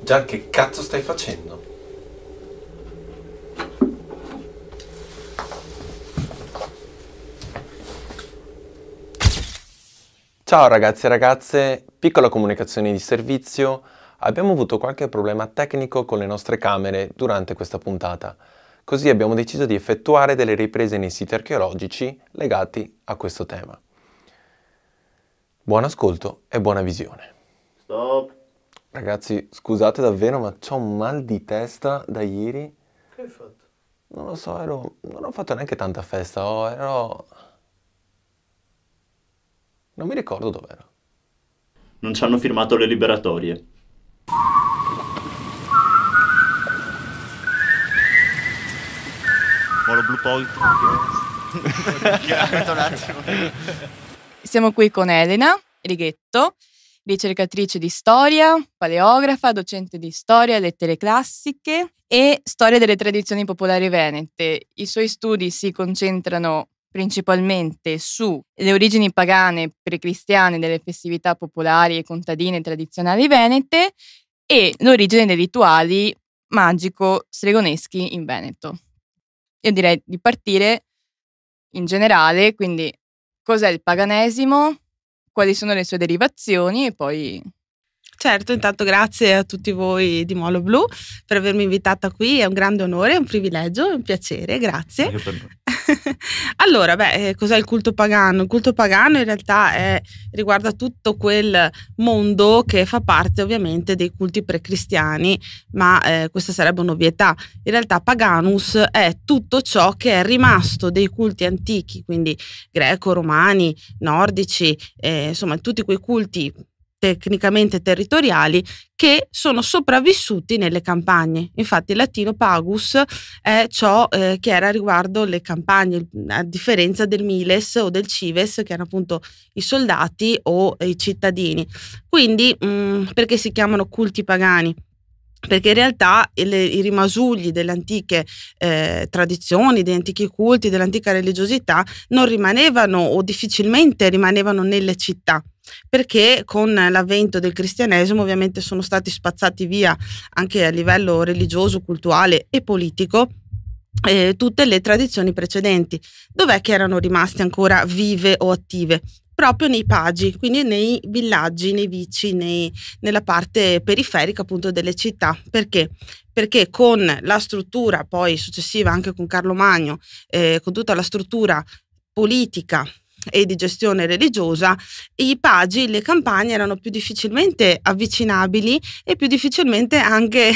Gian, che cazzo stai facendo? Ciao ragazzi e ragazze, piccola comunicazione di servizio. Abbiamo avuto qualche problema tecnico con le nostre camere durante questa puntata, così abbiamo deciso di effettuare delle riprese nei siti archeologici legati a questo tema. Buon ascolto e buona visione. Stop. Ragazzi, scusate davvero, ma c'ho un mal di testa da ieri. Che hai fatto? Non lo so, non ho fatto neanche tanta festa, non mi ricordo dov'ero. Non ci hanno firmato le liberatorie. Molo Blue Point. Aspetta un attimo. Siamo qui con Elena Righetto, ricercatrice di storia, paleografa, docente di storia, lettere classiche e storia delle tradizioni popolari venete. I suoi studi si concentrano principalmente sulle origini pagane precristiane delle festività popolari e contadine tradizionali venete e l'origine dei rituali magico-stregoneschi in Veneto. Io direi di partire in generale, quindi cos'è il paganesimo, quali sono le sue derivazioni e poi... Certo, intanto grazie a tutti voi di Molo Blu per avermi invitata qui, è un grande onore, è un privilegio, è un piacere, grazie. Anche per noi. Allora, cos'è il culto pagano? Il culto pagano in realtà riguarda tutto quel mondo che fa parte ovviamente dei culti precristiani, ma questa sarebbe un'ovvietà. In realtà paganus è tutto ciò che è rimasto dei culti antichi, quindi greco-romani, nordici, insomma tutti quei culti tecnicamente territoriali che sono sopravvissuti nelle campagne. Infatti il latino pagus è ciò che era riguardo le campagne, a differenza del miles o del cives, che erano appunto i soldati o i cittadini. Quindi perché si chiamano culti pagani? Perché in realtà i rimasugli delle antiche tradizioni, degli antichi culti, dell'antica religiosità non rimanevano o difficilmente rimanevano nelle città, perché con l'avvento del cristianesimo ovviamente sono stati spazzati via anche a livello religioso, culturale e politico tutte le tradizioni precedenti. Dov'è che erano rimaste ancora vive o attive? Proprio nei pagi, quindi nei villaggi, nei vici, nella parte periferica appunto delle città. Perché? Perché con la struttura poi successiva anche con Carlo Magno, con tutta la struttura politica e di gestione religiosa, i pagi, le campagne erano più difficilmente avvicinabili e più difficilmente anche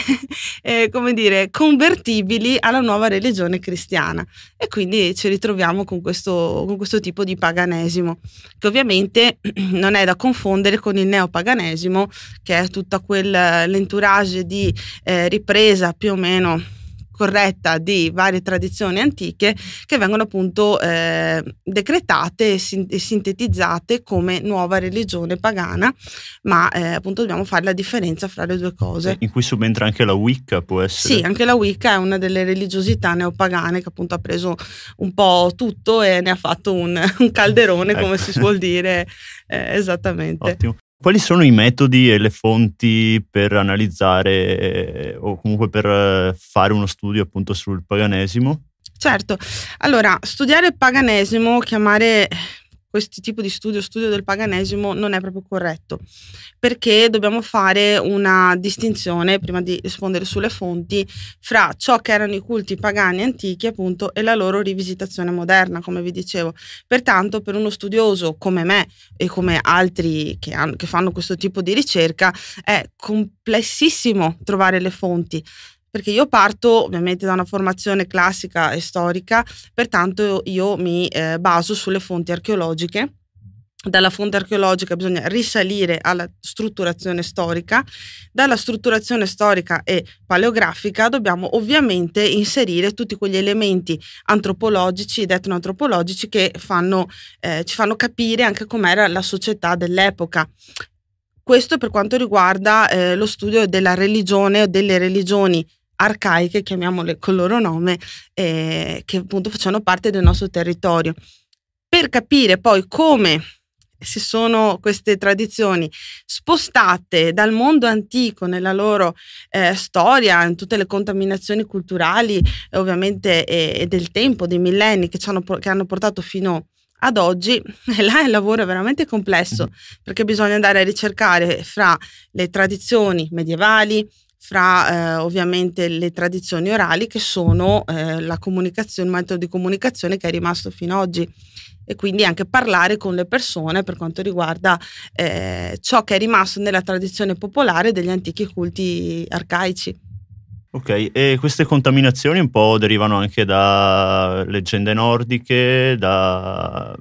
convertibili alla nuova religione cristiana, e quindi ci ritroviamo con questo tipo di paganesimo, che ovviamente non è da confondere con il neopaganesimo, che è tutta l'entourage di ripresa più o meno corretta di varie tradizioni antiche che vengono appunto decretate e sintetizzate come nuova religione pagana, ma appunto dobbiamo fare la differenza fra le due cose. In cui subentra anche la Wicca, può essere? Sì, anche la Wicca è una delle religiosità neopagane che appunto ha preso un po' tutto e ne ha fatto un calderone, come si suol dire, esattamente. Ottimo. Quali sono i metodi e le fonti per analizzare o comunque per fare uno studio appunto sul paganesimo? Certo, allora studiare il paganesimo, chiamare questo tipo di studio del paganesimo non è proprio corretto, perché dobbiamo fare una distinzione, prima di rispondere sulle fonti, fra ciò che erano i culti pagani antichi appunto e la loro rivisitazione moderna, come vi dicevo. Pertanto per uno studioso come me e come altri che fanno questo tipo di ricerca è complessissimo trovare le fonti, perché io parto ovviamente da una formazione classica e storica, pertanto io mi baso sulle fonti archeologiche. Dalla fonte archeologica bisogna risalire alla strutturazione storica, dalla strutturazione storica e paleografica dobbiamo ovviamente inserire tutti quegli elementi antropologici ed etnoantropologici che ci fanno capire anche com'era la società dell'epoca. Questo per quanto riguarda lo studio della religione o delle religioni arcaiche, chiamiamole col loro nome, che appunto facciano parte del nostro territorio. Per capire poi come si sono queste tradizioni spostate dal mondo antico nella loro storia, in tutte le contaminazioni culturali ovviamente e del tempo, dei millenni che hanno portato fino ad oggi, e là il lavoro è veramente complesso, perché bisogna andare a ricercare fra le tradizioni medievali, fra ovviamente le tradizioni orali, che sono la comunicazione, il metodo di comunicazione che è rimasto fino ad oggi, e quindi anche parlare con le persone per quanto riguarda ciò che è rimasto nella tradizione popolare degli antichi culti arcaici. Ok, e queste contaminazioni un po' derivano anche da leggende nordiche, da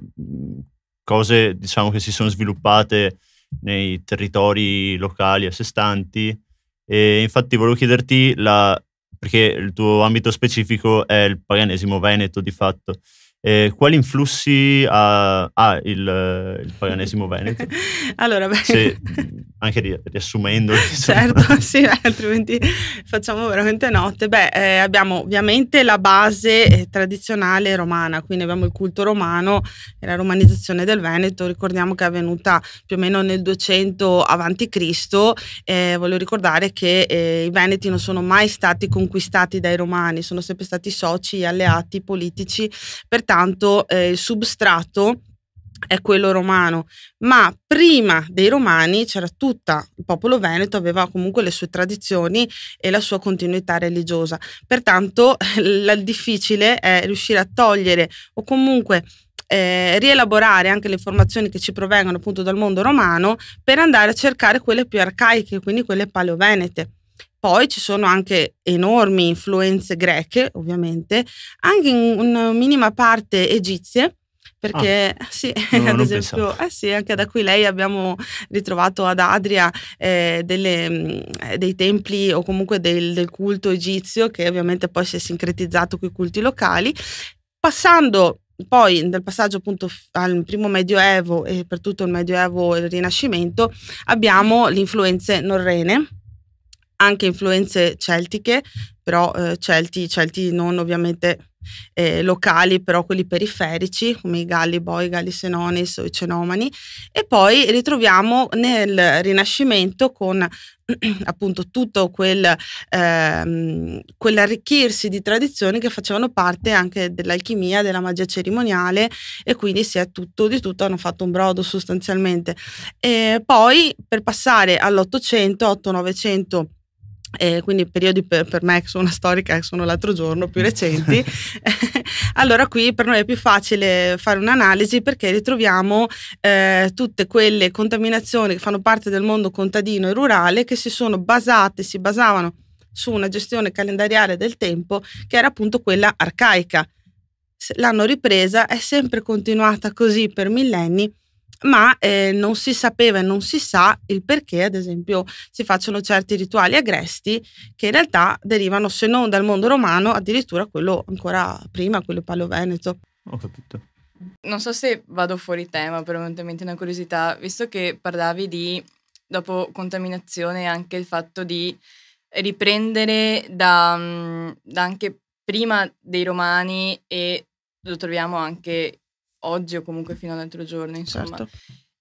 cose, diciamo, che si sono sviluppate nei territori locali a sé stanti. E infatti volevo chiederti, perché il tuo ambito specifico è il paganesimo veneto di fatto, quali influssi ha il paganesimo veneto? Allora, anche riassumendo. Certo, sì, altrimenti facciamo veramente notte. Abbiamo ovviamente la base tradizionale romana, quindi abbiamo il culto romano e la romanizzazione del Veneto. Ricordiamo che è avvenuta più o meno nel 200 avanti Cristo. Voglio ricordare che i Veneti non sono mai stati conquistati dai Romani, sono sempre stati soci, alleati politici, pertanto il substrato è quello romano, ma prima dei Romani c'era tutto il popolo veneto, aveva comunque le sue tradizioni e la sua continuità religiosa, pertanto il difficile è riuscire a togliere o comunque rielaborare anche le informazioni che ci provengono appunto dal mondo romano per andare a cercare quelle più arcaiche, quindi quelle paleovenete. Poi ci sono anche enormi influenze greche, ovviamente, anche in una minima parte egizie, perché sì, ad esempio, sì, anche da Aquileia abbiamo ritrovato ad Adria dei templi o comunque del culto egizio, che ovviamente poi si è sincretizzato con i culti locali. Passando poi nel passaggio appunto al primo medioevo e per tutto il medioevo e il rinascimento abbiamo le influenze norrene, anche influenze celtiche, però celti non ovviamente locali, però quelli periferici come i Galli Boi, i Galli Senonis o i Cenomani, e poi ritroviamo nel Rinascimento con appunto tutto quell'arricchirsi di tradizioni che facevano parte anche dell'alchimia, della magia cerimoniale, e quindi si è di tutto hanno fatto un brodo sostanzialmente. E poi per passare all'800, 800-900, quindi periodi per me che sono una storica che sono l'altro giorno più recenti, allora qui per noi è più facile fare un'analisi, perché ritroviamo tutte quelle contaminazioni che fanno parte del mondo contadino e rurale, che si basavano su una gestione calendariale del tempo che era appunto quella arcaica. L'hanno ripresa, è sempre continuata così per millenni, ma non si sapeva e non si sa il perché, ad esempio, si facciano certi rituali agresti che in realtà derivano, se non dal mondo romano, addirittura quello ancora prima, quello paleoveneto. Ho capito. Non so se vado fuori tema, però mi è venuta una curiosità, visto che parlavi di, dopo contaminazione, anche il fatto di riprendere da anche prima dei Romani, e lo troviamo anche oggi o comunque fino all'altro giorno, insomma. Certo.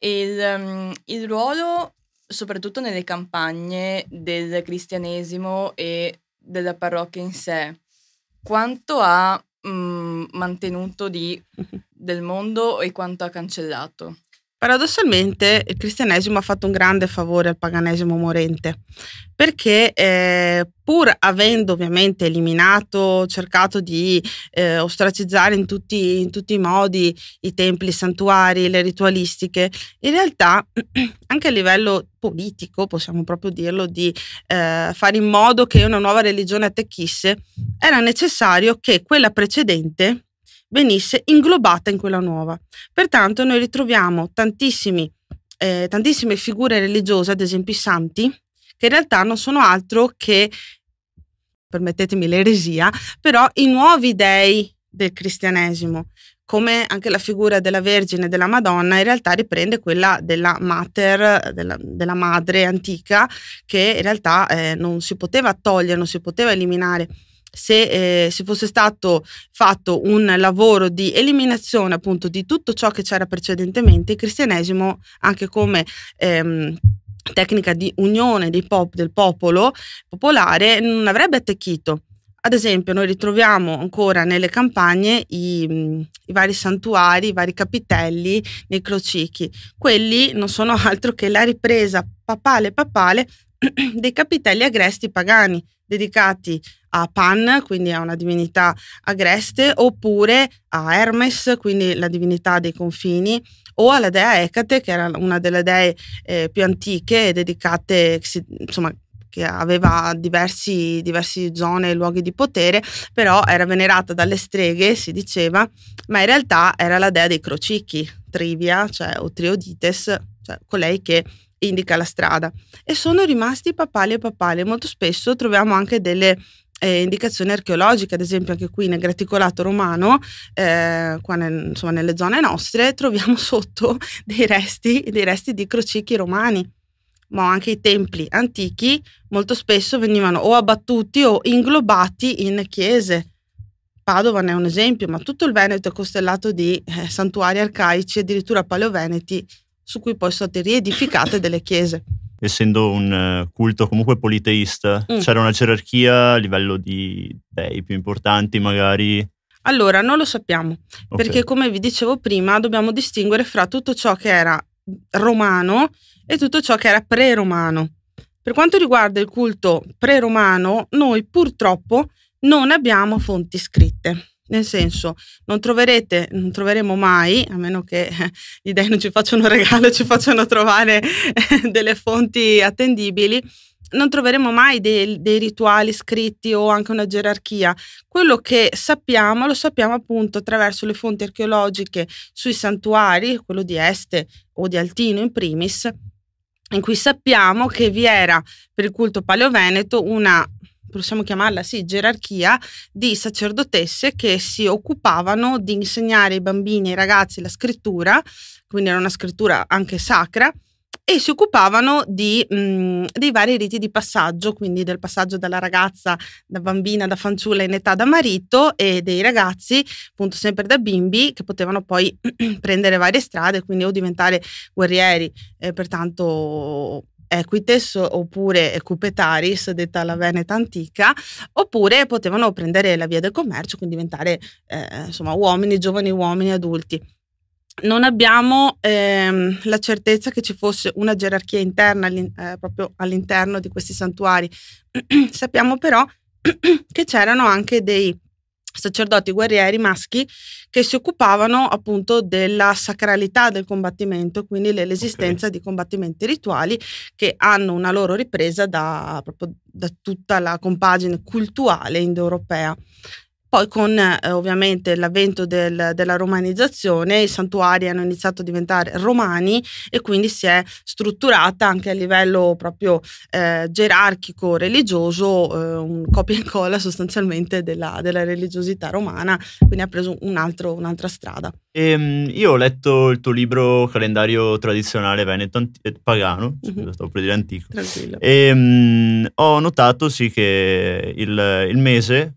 E il ruolo, soprattutto nelle campagne del cristianesimo e della parrocchia in sé, quanto ha mantenuto del mondo e quanto ha cancellato? Paradossalmente il cristianesimo ha fatto un grande favore al paganesimo morente, perché pur avendo ovviamente eliminato, cercato di ostracizzare in tutti i modi i templi, i santuari, le ritualistiche, in realtà anche a livello politico, possiamo proprio dirlo, di fare in modo che una nuova religione attecchisse, era necessario che quella precedente venisse inglobata in quella nuova. Pertanto noi ritroviamo tantissime figure religiose, ad esempio i santi, che in realtà non sono altro che, permettetemi l'eresia, però i nuovi dei del cristianesimo, come anche la figura della Vergine e della Madonna in realtà riprende quella della mater, della madre antica, che in realtà non si poteva togliere, non si poteva eliminare. se si fosse stato fatto un lavoro di eliminazione appunto di tutto ciò che c'era precedentemente, il cristianesimo anche come tecnica di unione del popolo popolare non avrebbe attecchito. Ad esempio, noi ritroviamo ancora nelle campagne i vari santuari, i vari capitelli nei crocicchi. Quelli non sono altro che la ripresa papale dei capitelli agresti pagani, dedicati a Pan, quindi a una divinità agreste, oppure a Hermes, quindi la divinità dei confini, o alla dea Ecate, che era una delle dee più antiche, dedicate, insomma, che aveva diversi zone e luoghi di potere, però era venerata dalle streghe, si diceva, ma in realtà era la dea dei crocicchi, Trivia, o Triodites, cioè colei che indica la strada. E sono rimasti papali. Molto spesso troviamo anche delle indicazioni archeologiche, ad esempio anche qui nel graticolato romano, qua nelle zone nostre, troviamo sotto dei resti di crocicchi romani. Ma anche i templi antichi molto spesso venivano o abbattuti o inglobati in chiese. Padova ne è un esempio, ma tutto il Veneto è costellato di santuari arcaici, addirittura paleoveneti, su cui poi sono state riedificate delle chiese. Essendo un culto comunque politeista, c'era una gerarchia a livello di dei più importanti magari? Allora, non lo sappiamo, perché come vi dicevo prima dobbiamo distinguere fra tutto ciò che era romano e tutto ciò che era pre-romano. Per quanto riguarda il culto pre-romano, noi purtroppo non abbiamo fonti scritte. Nel senso, non troveremo mai, a meno che gli dei non ci facciano un regalo e ci facciano trovare delle fonti attendibili, non troveremo mai dei rituali scritti o anche una gerarchia. Quello che sappiamo, lo sappiamo appunto attraverso le fonti archeologiche sui santuari, quello di Este o di Altino in primis, in cui sappiamo che vi era per il culto paleoveneto una, possiamo chiamarla gerarchia di sacerdotesse che si occupavano di insegnare ai bambini e ai ragazzi la scrittura, quindi era una scrittura anche sacra, e si occupavano dei vari riti di passaggio, quindi del passaggio dalla ragazza, da bambina, da fanciulla in età da marito, e dei ragazzi appunto sempre da bimbi che potevano poi prendere varie strade, quindi o diventare guerrieri, pertanto equites oppure equipetaris, detta la veneta antica, oppure potevano prendere la via del commercio, quindi diventare uomini, giovani uomini adulti. Non abbiamo la certezza che ci fosse una gerarchia interna proprio all'interno di questi santuari. Sappiamo però che c'erano anche dei sacerdoti guerrieri maschi che si occupavano appunto della sacralità del combattimento, quindi l'esistenza di combattimenti rituali che hanno una loro ripresa proprio da tutta la compagine cultuale indoeuropea. Poi con ovviamente l'avvento della romanizzazione i santuari hanno iniziato a diventare romani e quindi si è strutturata anche a livello proprio gerarchico religioso un copia e incolla sostanzialmente della religiosità romana, quindi ha preso un'altra strada. Io ho letto il tuo libro Calendario tradizionale veneto pagano, scusa, stavo per dire antico. Tranquillo. Ho notato sì che il mese,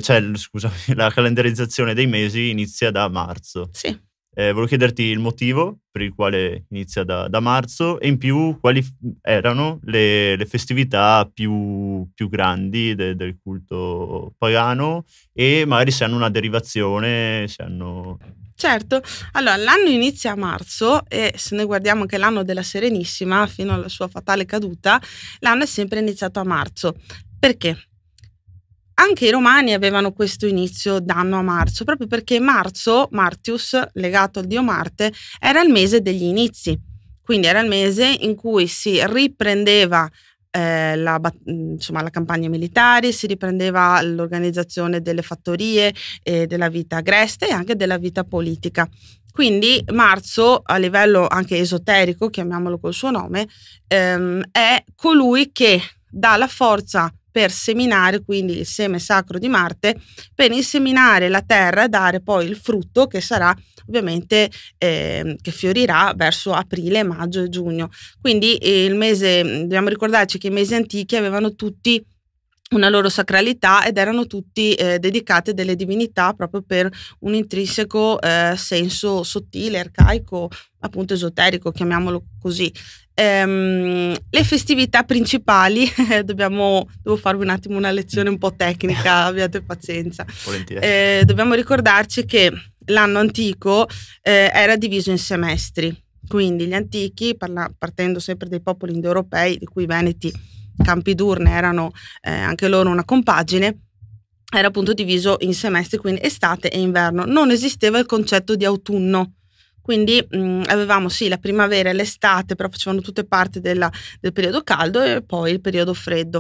la calendarizzazione dei mesi inizia da marzo. Sì. Volevo chiederti il motivo per il quale inizia da marzo e in più quali erano le festività più grandi del culto pagano e magari se hanno una derivazione, se hanno... Certo, allora l'anno inizia a marzo e se noi guardiamo anche l'anno della Serenissima fino alla sua fatale caduta, l'anno è sempre iniziato a marzo. Perché? Anche i romani avevano questo inizio d'anno a marzo, proprio perché marzo, Martius, legato al dio Marte, era il mese degli inizi, quindi era il mese in cui si riprendeva la campagna militare, si riprendeva l'organizzazione delle fattorie, della vita agreste e anche della vita politica. Quindi marzo, a livello anche esoterico, chiamiamolo col suo nome, è colui che dà la forza per seminare, quindi il seme sacro di Marte, per inseminare la terra e dare poi il frutto che sarà ovviamente che fiorirà verso aprile, maggio e giugno. Quindi il mese, dobbiamo ricordarci che i mesi antichi avevano tutti una loro sacralità, ed erano tutti dedicati a delle divinità proprio per un intrinseco senso sottile, arcaico, appunto esoterico, chiamiamolo così. Le festività principali, devo farvi un attimo una lezione un po' tecnica, abbiate pazienza. Dobbiamo ricordarci che l'anno antico era diviso in semestri, quindi gli antichi, partendo sempre dai popoli indoeuropei, di cui i Veneti, Campidurne erano anche loro una compagine, era appunto diviso in semestri, quindi estate e inverno. Non esisteva il concetto di autunno, quindi avevamo sì la primavera e l'estate, però facevano tutte parte del periodo caldo, e poi il periodo freddo.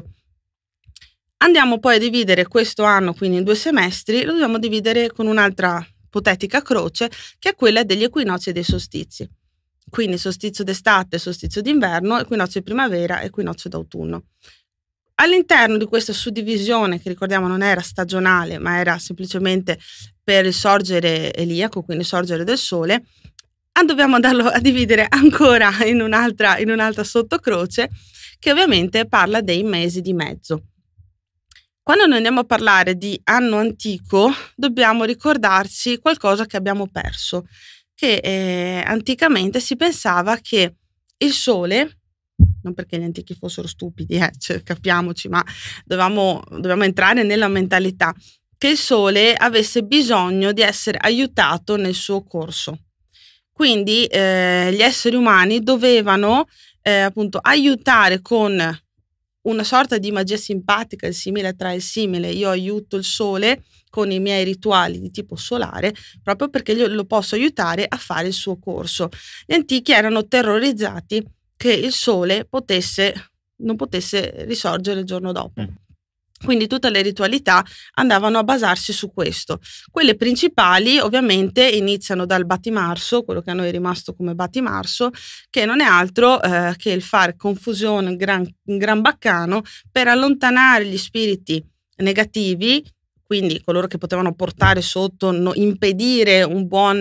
Andiamo poi a dividere questo anno quindi in 2 semestri, lo dobbiamo dividere con un'altra ipotetica croce, che è quella degli equinozi e dei solstizi. Quindi solstizio d'estate, solstizio d'inverno, equinozio di primavera, equinozio d'autunno. All'interno di questa suddivisione, che ricordiamo non era stagionale, ma era semplicemente per il sorgere eliaco, quindi il sorgere del sole, dobbiamo andarlo a dividere ancora in un'altra sottocroce, che ovviamente parla dei mesi di mezzo. Quando noi andiamo a parlare di anno antico, dobbiamo ricordarci qualcosa che abbiamo perso, che anticamente si pensava che il sole, non perché gli antichi fossero stupidi, capiamoci, ma dovevamo entrare nella mentalità che il sole avesse bisogno di essere aiutato nel suo corso. Quindi gli esseri umani dovevano appunto aiutare con una sorta di magia simpatica, il simile attrae il simile. Io aiuto il sole con i miei rituali di tipo solare, proprio perché lo posso aiutare a fare il suo corso. Gli antichi erano terrorizzati che il sole non potesse risorgere il giorno dopo. Quindi tutte le ritualità andavano a basarsi su questo. Quelle principali ovviamente iniziano dal Battimarso, quello che a noi è rimasto come Battimarso, che non è altro che il fare confusione, un gran baccano, per allontanare gli spiriti negativi, quindi coloro che potevano portare sotto, impedire un buon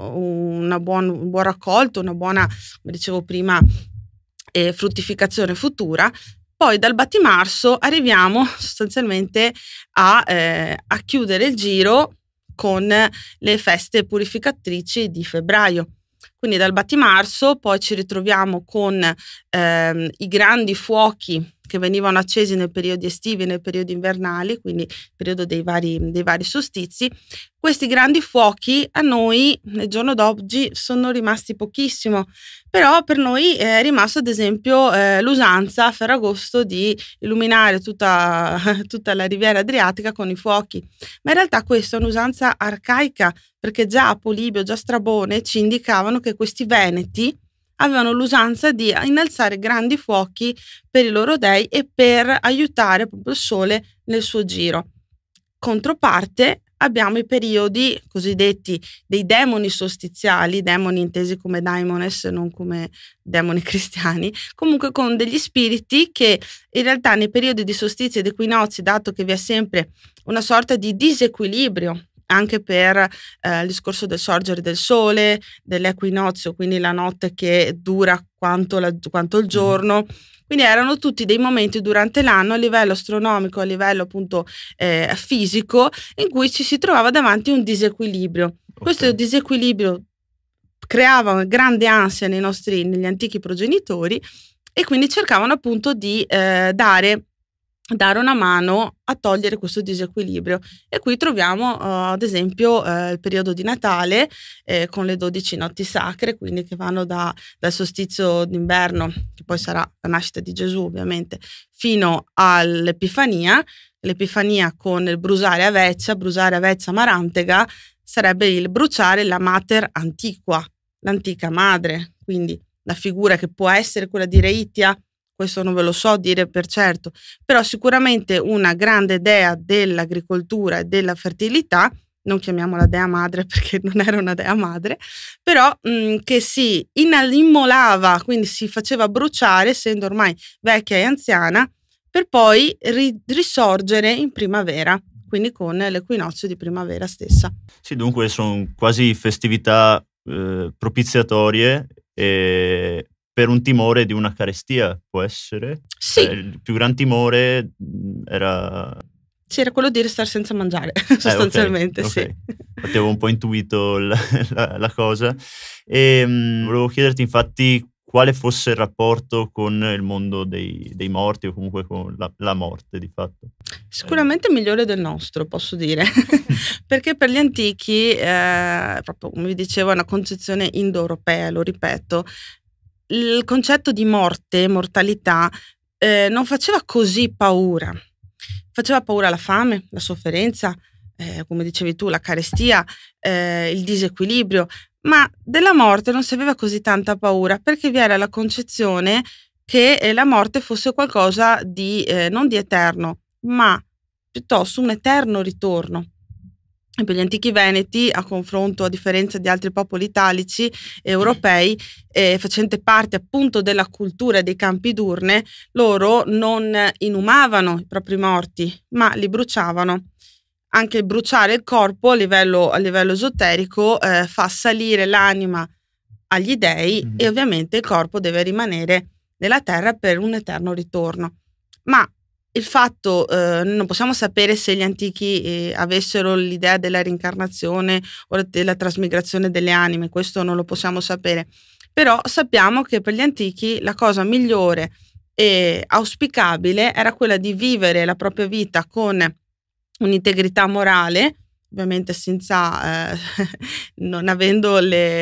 raccolto, una buona, come dicevo prima, fruttificazione futura. Poi dal Battimarso arriviamo sostanzialmente a chiudere il giro con le feste purificatrici di febbraio. Quindi dal Battimarso poi ci ritroviamo con i grandi fuochi che venivano accesi nei periodi estivi e nei periodi invernali, quindi il periodo dei vari solstizi. Questi grandi fuochi a noi nel giorno d'oggi sono rimasti pochissimo, però per noi è rimasto ad esempio l'usanza a Ferragosto di illuminare tutta la riviera adriatica con i fuochi, ma in realtà questa è un'usanza arcaica, perché già Polibio, già Strabone ci indicavano che questi veneti avevano l'usanza di innalzare grandi fuochi per i loro dei e per aiutare proprio il sole nel suo giro. Controparte abbiamo i periodi cosiddetti dei demoni solstiziali, demoni intesi come daimones, non come demoni cristiani, comunque con degli spiriti che in realtà nei periodi di solstizio ed equinozi, dato che vi è sempre una sorta di disequilibrio anche per il discorso del sorgere del sole, dell'equinozio, quindi la notte che dura quanto il giorno. Quindi erano tutti dei momenti durante l'anno a livello astronomico, a livello appunto fisico, in cui ci si trovava davanti a un disequilibrio. Okay. Questo disequilibrio creava grande ansia negli antichi progenitori, e quindi cercavano appunto di dare una mano a togliere questo disequilibrio. E qui troviamo ad esempio il periodo di Natale con le 12 notti sacre, quindi che vanno dal solstizio d'inverno, che poi sarà la nascita di Gesù ovviamente, fino all'Epifania. L'Epifania con il brusare avezza marantega sarebbe il bruciare la mater antiqua, l'antica madre, quindi la figura che può essere quella di Reitia. Questo non ve lo so dire per certo, però sicuramente una grande dea dell'agricoltura e della fertilità, non chiamiamola dea madre perché non era una dea madre, però che si immolava, quindi si faceva bruciare, essendo ormai vecchia e anziana, per poi risorgere in primavera, quindi con l'equinozio di primavera stessa. Sì, dunque sono quasi festività propiziatorie per un timore di una carestia, può essere? Sì. Il più gran timore era... Sì, era quello di restare senza mangiare, sostanzialmente, ok. sì. Avevo un po' intuito la cosa. E volevo chiederti infatti quale fosse il rapporto con il mondo dei morti, o comunque con la morte di fatto. Sicuramente migliore del nostro, posso dire, perché per gli antichi, proprio come vi dicevo, è una concezione indoeuropea, lo ripeto. Il concetto di morte, mortalità, non faceva così paura. Faceva paura la fame, la sofferenza, come dicevi tu, la carestia, il disequilibrio, ma della morte non si aveva così tanta paura perché vi era la concezione che la morte fosse qualcosa di non di eterno, ma piuttosto un eterno ritorno. E per gli antichi veneti, a differenza di altri popoli italici europei, facente parte appunto della cultura dei campi d'urne, loro non inumavano i propri morti, ma li bruciavano. Anche il bruciare il corpo a livello esoterico fa salire l'anima agli dei e ovviamente il corpo deve rimanere nella terra per un eterno ritorno. Ma il fatto, non possiamo sapere se gli antichi avessero l'idea della reincarnazione o della trasmigrazione delle anime, questo non lo possiamo sapere, però sappiamo che per gli antichi la cosa migliore e auspicabile era quella di vivere la propria vita con un'integrità morale, ovviamente senza, non avendo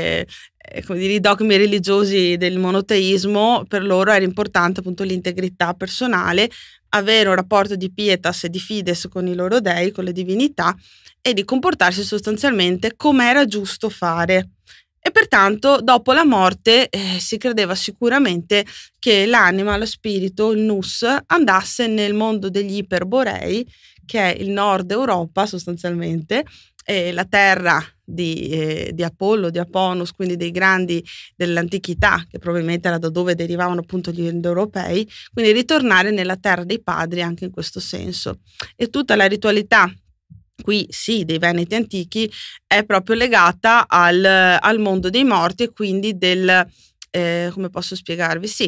i dogmi religiosi del monoteismo. Per loro era importante appunto l'integrità personale, avere un rapporto di pietas e di fides con i loro dei, con le divinità, e di comportarsi sostanzialmente come era giusto fare. E pertanto dopo la morte si credeva sicuramente che l'anima, lo spirito, il nous, andasse nel mondo degli iperborei, che è il nord Europa sostanzialmente, la terra di Apollo, di Aponus, quindi dei grandi dell'antichità, che probabilmente era da dove derivavano appunto gli indoeuropei, quindi ritornare nella terra dei padri anche in questo senso. E tutta la ritualità qui sì dei veneti antichi è proprio legata al mondo dei morti, e quindi come posso spiegarvi? Sì,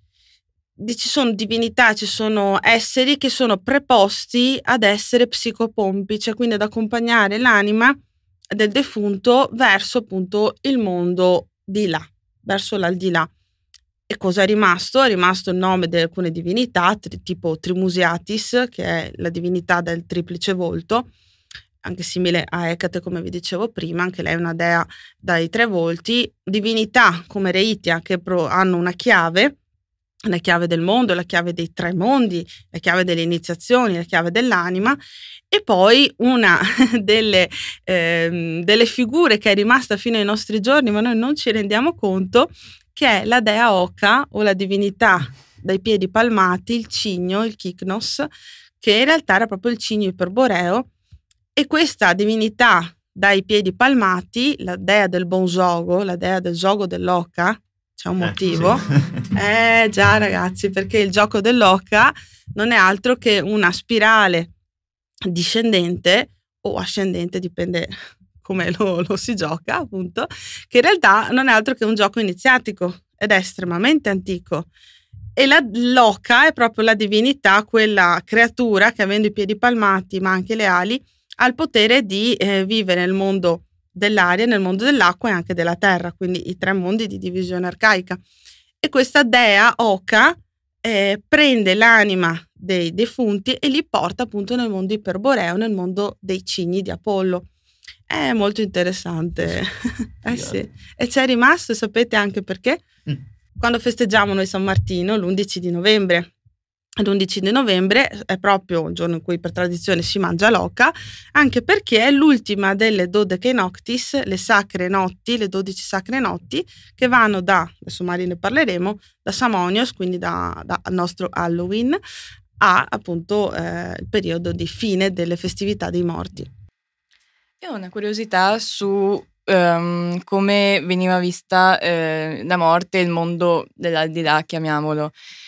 ci sono divinità, ci sono esseri che sono preposti ad essere psicopompi, cioè quindi ad accompagnare l'anima del defunto verso appunto il mondo di là, verso l'aldilà. E cosa è rimasto? È rimasto il nome di alcune divinità, tipo Trimusiatis, che è la divinità del triplice volto, anche simile a Ecate, come vi dicevo prima, anche lei è una dea dai 3 volti. Divinità come Reitia, che hanno una chiave del mondo, la chiave dei 3 mondi, la chiave delle iniziazioni, la chiave dell'anima. E poi una delle figure che è rimasta fino ai nostri giorni, ma noi non ci rendiamo conto, che è la dea Oca, o la divinità dai piedi palmati, il cigno, il Kyknos, che in realtà era proprio il cigno iperboreo. E questa divinità dai piedi palmati, la dea del buon gioco, la dea del gioco dell'oca, c'è un motivo. Sì. Già ragazzi, perché il gioco dell'oca non è altro che una spirale discendente o ascendente, dipende come lo si gioca appunto, che in realtà non è altro che un gioco iniziatico ed è estremamente antico. E l'oca è proprio la divinità, quella creatura che, avendo i piedi palmati ma anche le ali, ha il potere di vivere nel mondo dell'aria, nel mondo dell'acqua e anche della terra, quindi i 3 mondi di divisione arcaica. E questa dea Oca prende l'anima dei defunti e li porta appunto nel mondo iperboreo, nel mondo dei cigni di Apollo. È molto interessante. Sì. E c'è rimasto, sapete anche perché? Quando festeggiamo noi San Martino, l'11 di novembre, l'11 di novembre è proprio il giorno in cui per tradizione si mangia l'oca, anche perché è l'ultima delle Dodecae Noctis, le sacre notti, le 12 sacre notti, che vanno adesso magari ne parleremo, da Samonios, quindi da nostro Halloween, a appunto il periodo di fine delle festività dei morti. Io ho una curiosità su come veniva vista la morte e il mondo dell'aldilà, chiamiamolo.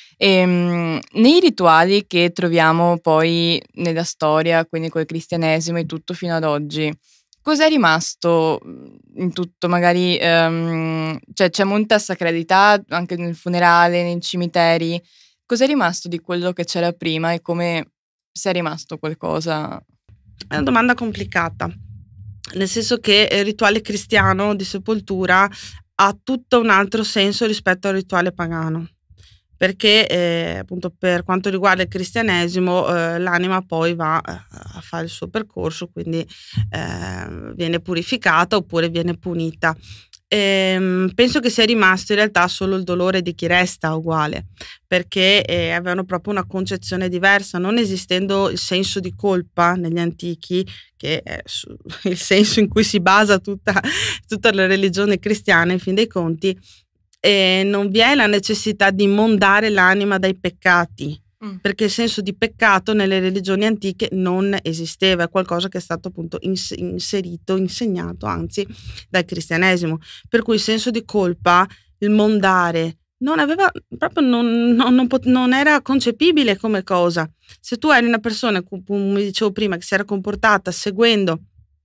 Nei rituali che troviamo poi nella storia, quindi col cristianesimo e tutto fino ad oggi, Cos'è rimasto in tutto? Magari cioè c'è molta sacralità anche nel funerale, nei cimiteri. Cos'è rimasto di quello che c'era prima e come, se è rimasto qualcosa? È una domanda complicata, nel senso che il rituale cristiano di sepoltura ha tutto un altro senso rispetto al rituale pagano, perché appunto per quanto riguarda il cristianesimo l'anima poi va a fare il suo percorso, quindi viene purificata oppure viene punita. Penso che sia rimasto in realtà solo il dolore di chi resta uguale, perché avevano proprio una concezione diversa, non esistendo il senso di colpa negli antichi, che è il senso in cui si basa tutta la religione cristiana in fin dei conti. Non vi è la necessità di mondare l'anima dai peccati, perché il senso di peccato nelle religioni antiche non esisteva, è qualcosa che è stato appunto insegnato anzi dal cristianesimo, per cui il senso di colpa, il mondare, non aveva proprio non era concepibile come cosa. Se tu eri una persona, come dicevo prima, che si era comportata seguendo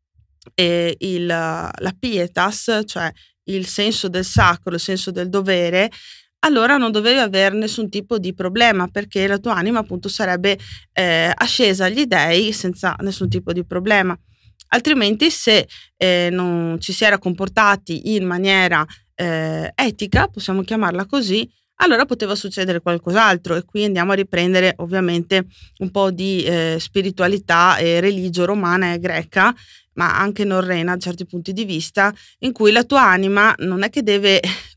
la pietas, cioè il senso del sacro, il senso del dovere, allora non dovevi avere nessun tipo di problema, perché la tua anima appunto sarebbe ascesa agli dei senza nessun tipo di problema. Altrimenti, se non ci si era comportati in maniera etica, possiamo chiamarla così, allora poteva succedere qualcos'altro, e qui andiamo a riprendere ovviamente un po' di spiritualità e religio romana e greca, ma anche norrena da certi punti di vista, in cui la tua anima non è che deve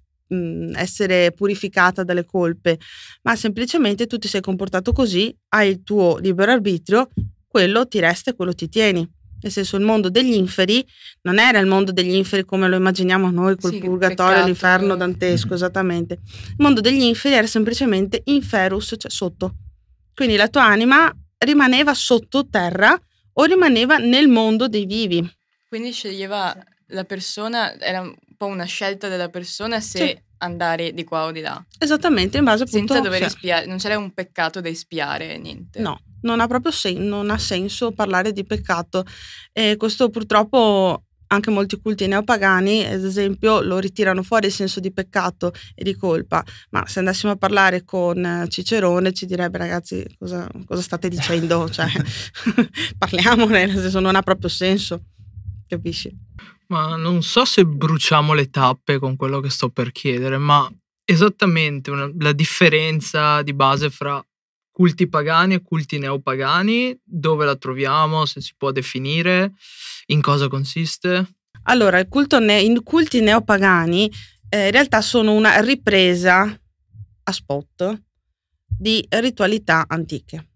essere purificata dalle colpe, ma semplicemente tu ti sei comportato così, hai il tuo libero arbitrio, quello ti resta e quello ti tieni. Nel senso, il mondo degli inferi non era il mondo degli inferi come lo immaginiamo noi, col purgatorio, l'inferno dantesco, esattamente. Il mondo degli inferi era semplicemente inferus, cioè sotto. Quindi la tua anima rimaneva sottoterra o rimaneva nel mondo dei vivi. Quindi sceglieva la persona, era un po' una scelta della persona se andare di qua o di là. Esattamente, in base appunto... Senza dover espiare, non c'era un peccato da espiare, niente. No, non ha proprio non ha senso parlare di peccato. E questo purtroppo anche molti culti neopagani, ad esempio, lo ritirano fuori il senso di peccato e di colpa. Ma se andassimo a parlare con Cicerone ci direbbe: ragazzi, cosa state dicendo? Cioè, parliamone, nel senso, non ha proprio senso, capisci? Ma non so se bruciamo le tappe con quello che sto per chiedere, ma esattamente la differenza di base fra culti pagani e culti neopagani, dove la troviamo, se si può definire, in cosa consiste? Allora, i culti neopagani in realtà sono una ripresa a spot di ritualità antiche.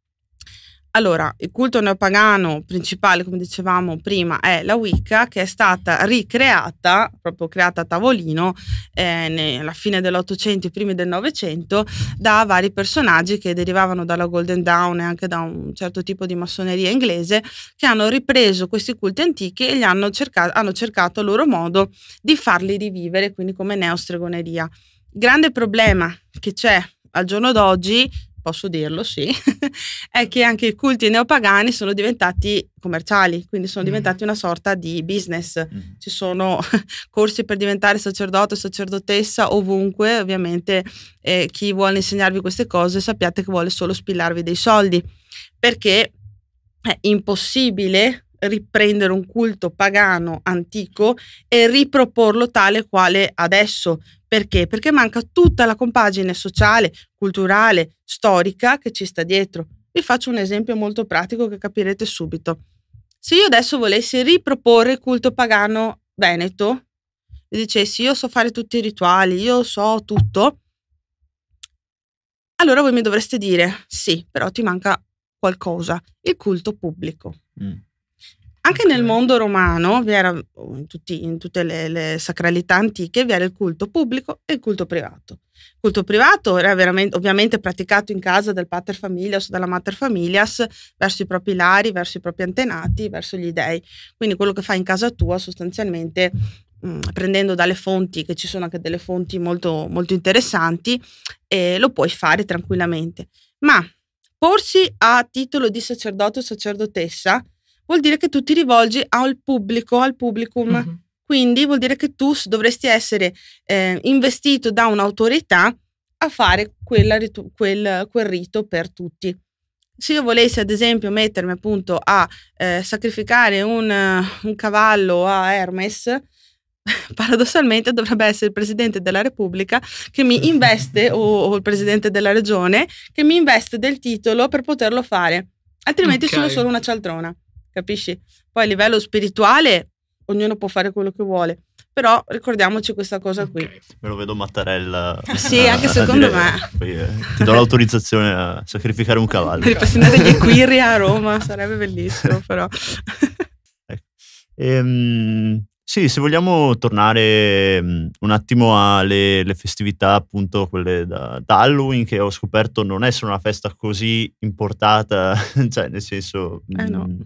Allora, il culto neopagano principale, come dicevamo prima, è la Wicca, che è stata ricreata, proprio creata a tavolino, alla fine dell'Ottocento, i primi del Novecento, da vari personaggi che derivavano dalla Golden Dawn e anche da un certo tipo di massoneria inglese, che hanno ripreso questi culti antichi e hanno cercato a loro modo di farli rivivere, quindi come neostregoneria. Il grande problema che c'è al giorno d'oggi, posso dirlo, sì, è che anche i culti neopagani sono diventati commerciali, quindi sono diventati una sorta di business. Ci sono corsi per diventare sacerdote o sacerdotessa ovunque, ovviamente chi vuole insegnarvi queste cose sappiate che vuole solo spillarvi dei soldi, perché è impossibile riprendere un culto pagano antico e riproporlo tale quale adesso. Perché? Perché manca tutta la compagine sociale, culturale, storica che ci sta dietro. Vi faccio un esempio molto pratico che capirete subito. Se io adesso volessi riproporre il culto pagano veneto e dicessi: io so fare tutti i rituali, io so tutto, allora voi mi dovreste dire: sì, però ti manca qualcosa, il culto pubblico. Anche nel mondo romano, in tutte le sacralità antiche, vi era il culto pubblico e il culto privato. Il culto privato era ovviamente praticato in casa del pater familias o della mater familias, verso i propri lari, verso i propri antenati, verso gli dei. Quindi quello che fai in casa tua, sostanzialmente, prendendo dalle fonti, che ci sono anche delle fonti molto, molto interessanti, lo puoi fare tranquillamente. Ma porsi a titolo di sacerdote o sacerdotessa vuol dire che tu ti rivolgi al pubblico, al publicum. Mm-hmm. Quindi vuol dire che tu dovresti essere investito da un'autorità a fare quel rito per tutti. Se io volessi ad esempio mettermi appunto a sacrificare un cavallo a Hermes, paradossalmente dovrebbe essere il Presidente della Repubblica che mi investe o il Presidente della Regione che mi investe del titolo per poterlo fare, altrimenti sono solo una cialtrona, capisci? Poi a livello spirituale ognuno può fare quello che vuole, però ricordiamoci questa cosa qui. Me lo vedo Mattarella. Sì, anche secondo me. Poi, ti do l'autorizzazione a sacrificare un cavallo. Per ripresentare gli Equirri a Roma sarebbe bellissimo, però. Sì, se vogliamo tornare un attimo alle festività, appunto quelle da Halloween, che ho scoperto non essere una festa così importata, cioè nel senso... no.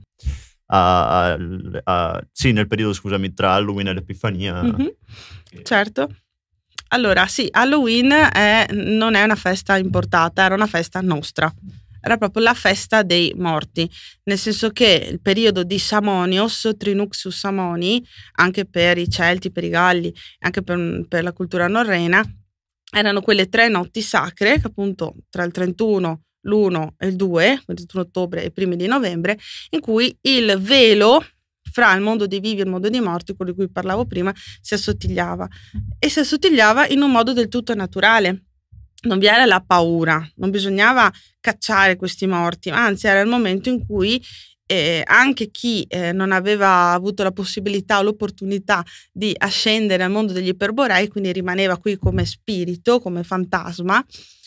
Sì, nel periodo, scusami, tra Halloween e l'Epifania. Mm-hmm. Certo. Allora, sì, Halloween non è una festa importata, era una festa nostra. Era proprio la festa dei morti, nel senso che il periodo di Samonios, Trinuxius Samoni, anche per i Celti, per i Galli, anche per la cultura norrena, erano quelle 3 notti sacre, che appunto tra il 31, l'1 e il 2, il 31 ottobre e i primi di novembre, in cui il velo fra il mondo dei vivi e il mondo dei morti, quello di cui parlavo prima, si assottigliava. E si assottigliava in un modo del tutto naturale. Non vi era la paura, non bisognava cacciare questi morti, anzi era il momento in cui anche chi non aveva avuto la possibilità o l'opportunità di ascendere al mondo degli iperborei, quindi rimaneva qui come spirito, come fantasma,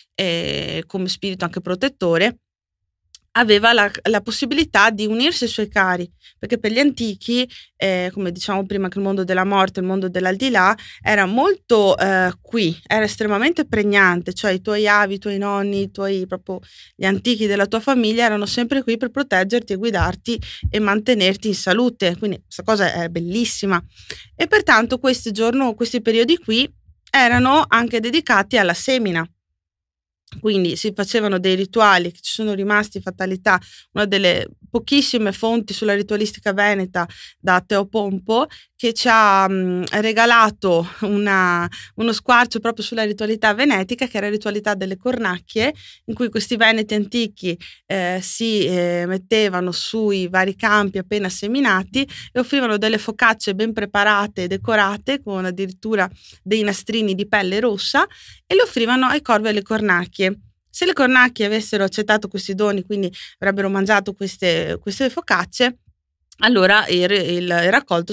come spirito anche protettore, aveva la possibilità di unirsi ai suoi cari, perché per gli antichi, come diciamo prima, che il mondo della morte, il mondo dell'aldilà era molto qui, era estremamente pregnante, cioè i tuoi avi, i tuoi nonni, proprio gli antichi della tua famiglia erano sempre qui per proteggerti e guidarti e mantenerti in salute, quindi questa cosa è bellissima. E pertanto questi periodi qui erano anche dedicati alla semina. Quindi si facevano dei rituali che ci sono rimasti, fatalità, una delle pochissime fonti sulla ritualistica veneta da Teopompo, che ci ha regalato uno squarcio proprio sulla ritualità venetica, che era la ritualità delle cornacchie, in cui questi veneti antichi si mettevano sui vari campi appena seminati e offrivano delle focacce ben preparate e decorate con addirittura dei nastrini di pelle rossa e le offrivano ai corvi e alle cornacchie. Se le cornacchie avessero accettato questi doni, quindi avrebbero mangiato queste focacce, allora il raccolto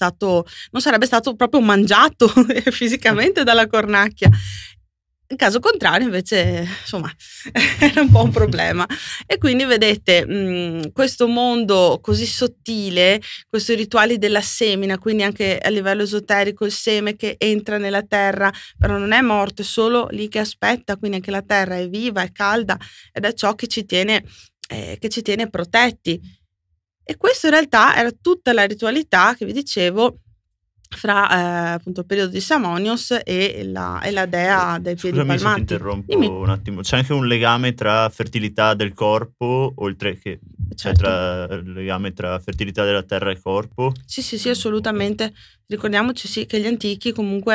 non sarebbe stato proprio mangiato fisicamente dalla cornacchia. In caso contrario, invece, insomma, era un po' un problema. E quindi vedete, questo mondo così sottile, questi rituali della semina, quindi anche a livello esoterico il seme che entra nella terra, però non è morto, è solo lì che aspetta, quindi anche la terra è viva, è calda ed è ciò che ci tiene protetti. E questo in realtà era tutta la ritualità che vi dicevo fra appunto il periodo di Samonios e la dea dei piedi palmati. Scusami se ti interrompo un attimo. C'è anche un legame tra fertilità del corpo, oltre che certo. C'è il legame tra fertilità della terra e corpo? Sì, assolutamente. Ricordiamoci sì che gli antichi comunque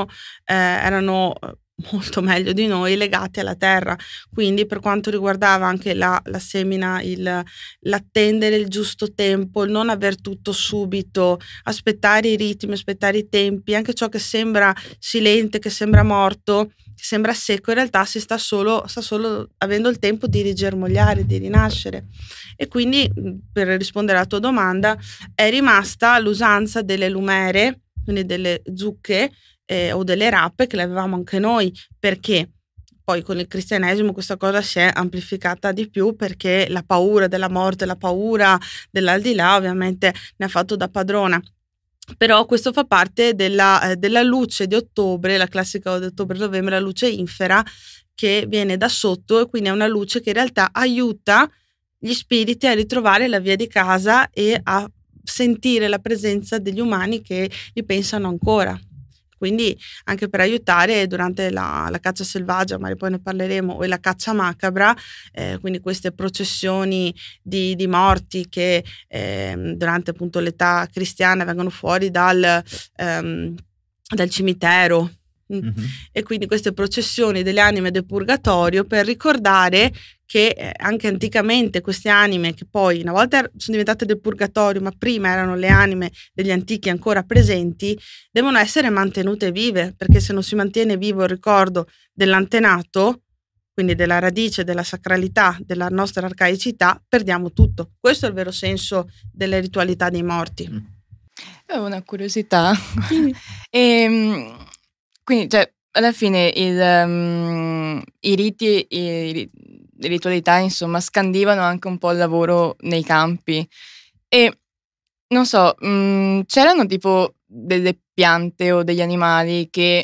erano molto meglio di noi legati alla terra, quindi per quanto riguardava anche la semina, l'attendere il giusto tempo, il non aver tutto subito, aspettare i ritmi, aspettare i tempi, anche ciò che sembra silente, che sembra morto, che sembra secco, in realtà sta solo avendo il tempo di rigermogliare, di rinascere. E quindi, per rispondere alla tua domanda, è rimasta l'usanza delle lumere, quindi delle zucche, o delle rappe, che le avevamo anche noi, perché poi con il cristianesimo questa cosa si è amplificata di più, perché la paura della morte, la paura dell'aldilà ovviamente ne ha fatto da padrona. Però questo fa parte della luce di ottobre, la classica di ottobre-novembre, la luce infera che viene da sotto, e quindi è una luce che in realtà aiuta gli spiriti a ritrovare la via di casa e a sentire la presenza degli umani che gli pensano ancora. Quindi anche per aiutare durante la caccia selvaggia, magari poi ne parleremo, e la caccia macabra, quindi queste processioni di morti che durante appunto l'età cristiana vengono fuori dal cimitero. Mhm. E quindi queste processioni delle anime del purgatorio per ricordare che anche anticamente queste anime, che poi una volta sono diventate del purgatorio ma prima erano le anime degli antichi ancora presenti, devono essere mantenute vive, perché se non si mantiene vivo il ricordo dell'antenato, quindi della radice, della sacralità, della nostra arcaicità, perdiamo tutto. Questo è il vero senso delle ritualità dei morti. Ho una curiosità. Quindi, cioè, alla fine i riti e le ritualità, insomma, scandivano anche un po' il lavoro nei campi. E non so, c'erano tipo delle piante o degli animali che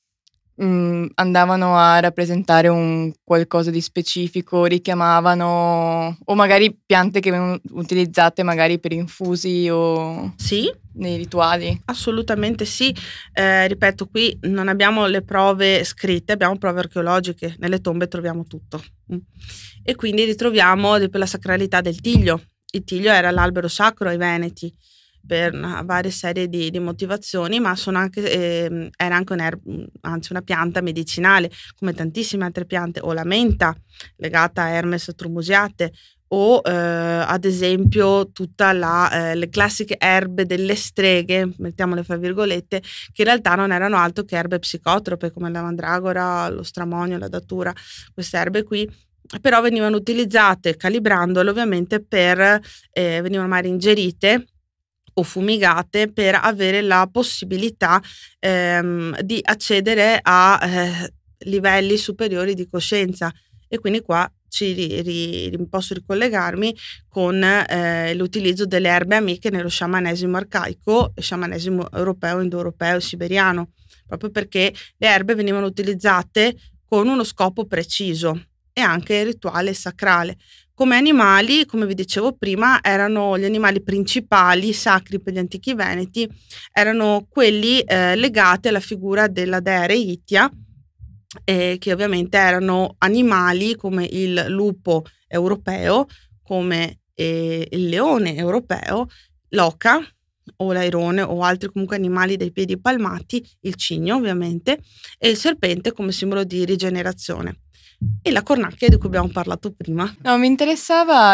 andavano a rappresentare un qualcosa di specifico, richiamavano, o magari piante che vengono utilizzate magari per infusi o Sì, nei rituali. assolutamente sì. Ripeto, qui non abbiamo le prove scritte, abbiamo prove archeologiche, nelle tombe troviamo tutto. E quindi ritroviamo la sacralità del tiglio. Il tiglio era l'albero sacro ai Veneti per una varie serie di motivazioni, ma era anche una pianta medicinale, come tantissime altre piante, o la menta legata a Hermes Trumusiate, o ad esempio tutta le classiche erbe delle streghe, mettiamole fra virgolette, che in realtà non erano altro che erbe psicotrope come la mandragora, lo stramonio, la datura. Queste erbe qui però venivano utilizzate, calibrandole ovviamente, venivano magari ingerite o fumigate per avere la possibilità di accedere a livelli superiori di coscienza. E quindi qua posso ricollegarmi con l'utilizzo delle erbe amiche nello sciamanesimo arcaico e sciamanesimo europeo, indoeuropeo e siberiano, proprio perché le erbe venivano utilizzate con uno scopo preciso e anche rituale sacrale. Come animali, come vi dicevo prima, erano gli animali principali sacri per gli antichi veneti, erano quelli legati alla figura della dea Reitia, che ovviamente erano animali come il lupo europeo, come il leone europeo, l'oca o l'airone o altri comunque animali dai piedi palmati, il cigno ovviamente, e il serpente come simbolo di rigenerazione. E la cornacchia di cui abbiamo parlato prima. No, mi interessava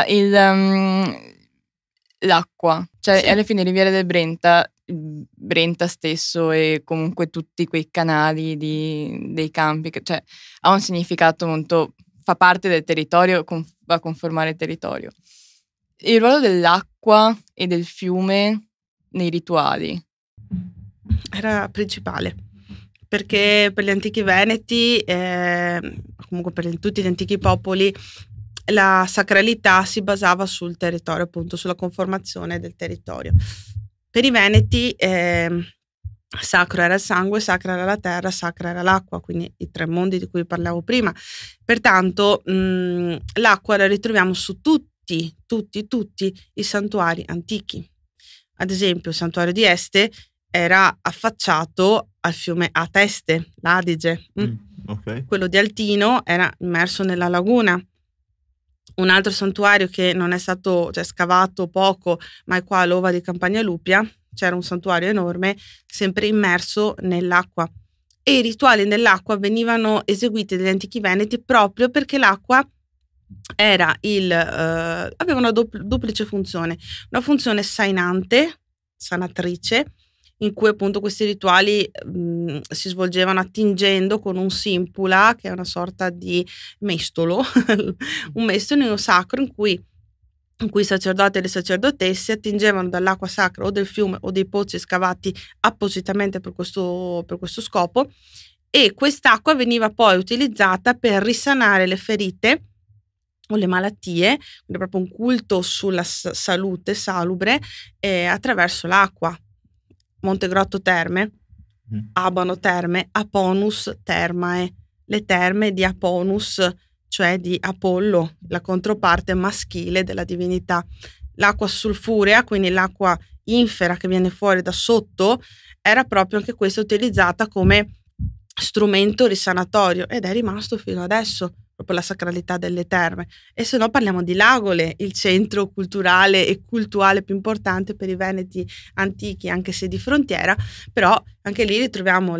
l'acqua, cioè Sì. alla fine Riviera del Brenta, Brenta stesso e comunque tutti quei canali dei campi, cioè ha un significato molto, fa parte del territorio, va a conformare il territorio. Il ruolo dell'acqua e del fiume nei rituali Era principale, perché per gli antichi veneti, comunque per tutti gli antichi popoli, la sacralità si basava sul territorio, appunto sulla conformazione del territorio. Per i veneti sacro era il sangue, sacra era la terra, sacra era l'acqua, quindi i tre mondi di cui parlavo prima. Pertanto l'acqua la ritroviamo su tutti i santuari antichi. Ad esempio il santuario di Este era affacciato al fiume Ateste, l'Adige. Okay. Quello di Altino era immerso nella laguna. Un altro santuario che non è stato scavato poco, ma è qua all'Ova di Campagna Lupia, c'era un santuario enorme, sempre immerso nell'acqua. E i rituali nell'acqua venivano eseguiti dagli antichi veneti proprio perché l'acqua aveva una duplice funzione, una funzione sanatrice, in cui appunto questi rituali si svolgevano attingendo con un simpula, che è una sorta di mestolo, un mestolo sacro in cui i sacerdoti e le sacerdotesse attingevano dall'acqua sacra o del fiume o dei pozzi scavati appositamente per questo scopo, e quest'acqua veniva poi utilizzata per risanare le ferite o le malattie, quindi proprio un culto sulla salute salubre attraverso l'acqua. Montegrotto Terme, Abano Terme, Aponus Termae, le terme di Aponus, cioè di Apollo, la controparte maschile della divinità. l'acqua sulfurea, quindi l'acqua infera che viene fuori da sotto, era proprio anche questa utilizzata come strumento risanatorio ed è rimasto fino adesso, proprio la sacralità delle terme. E se no parliamo di Lagole, il centro culturale e cultuale più importante per i veneti antichi, anche se di frontiera, però anche lì ritroviamo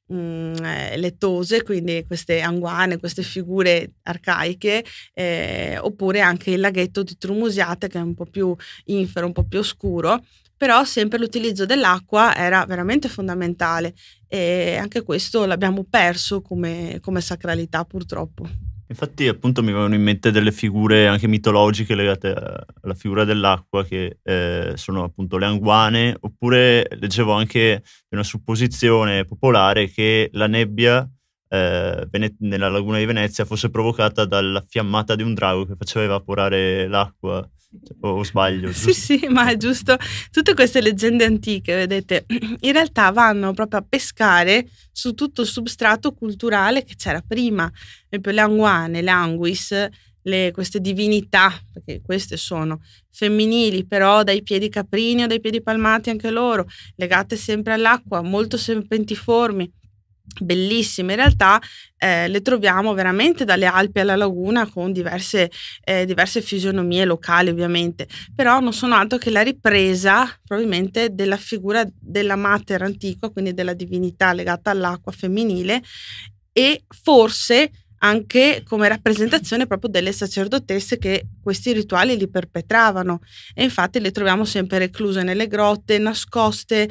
le tose, quindi queste anguane, queste figure arcaiche, oppure anche il laghetto di Trumusiate, che è un po' più infero, un po' più oscuro, però sempre l'utilizzo dell'acqua era veramente fondamentale e anche questo l'abbiamo perso come sacralità, purtroppo. Infatti appunto mi vengono in mente delle figure anche mitologiche legate alla figura dell'acqua, che sono appunto le anguane, oppure leggevo anche una supposizione popolare che la nebbia nella laguna di Venezia fosse provocata dalla fiammata di un drago che faceva evaporare l'acqua. O sbaglio? Sì, ma è giusto. Tutte queste leggende antiche, vedete, in realtà vanno proprio a pescare su tutto il substrato culturale che c'era prima. Per esempio le anguane, le anguis, queste divinità, perché queste sono femminili, però dai piedi caprini o dai piedi palmati anche loro, legate sempre all'acqua, molto serpentiformi, bellissime. In realtà le troviamo veramente dalle Alpi alla laguna, con diverse fisionomie locali ovviamente, però non sono altro che la ripresa probabilmente della figura della mater antica, quindi della divinità legata all'acqua femminile, e forse anche come rappresentazione proprio delle sacerdotesse che questi rituali li perpetravano, e infatti le troviamo sempre recluse nelle grotte, nascoste,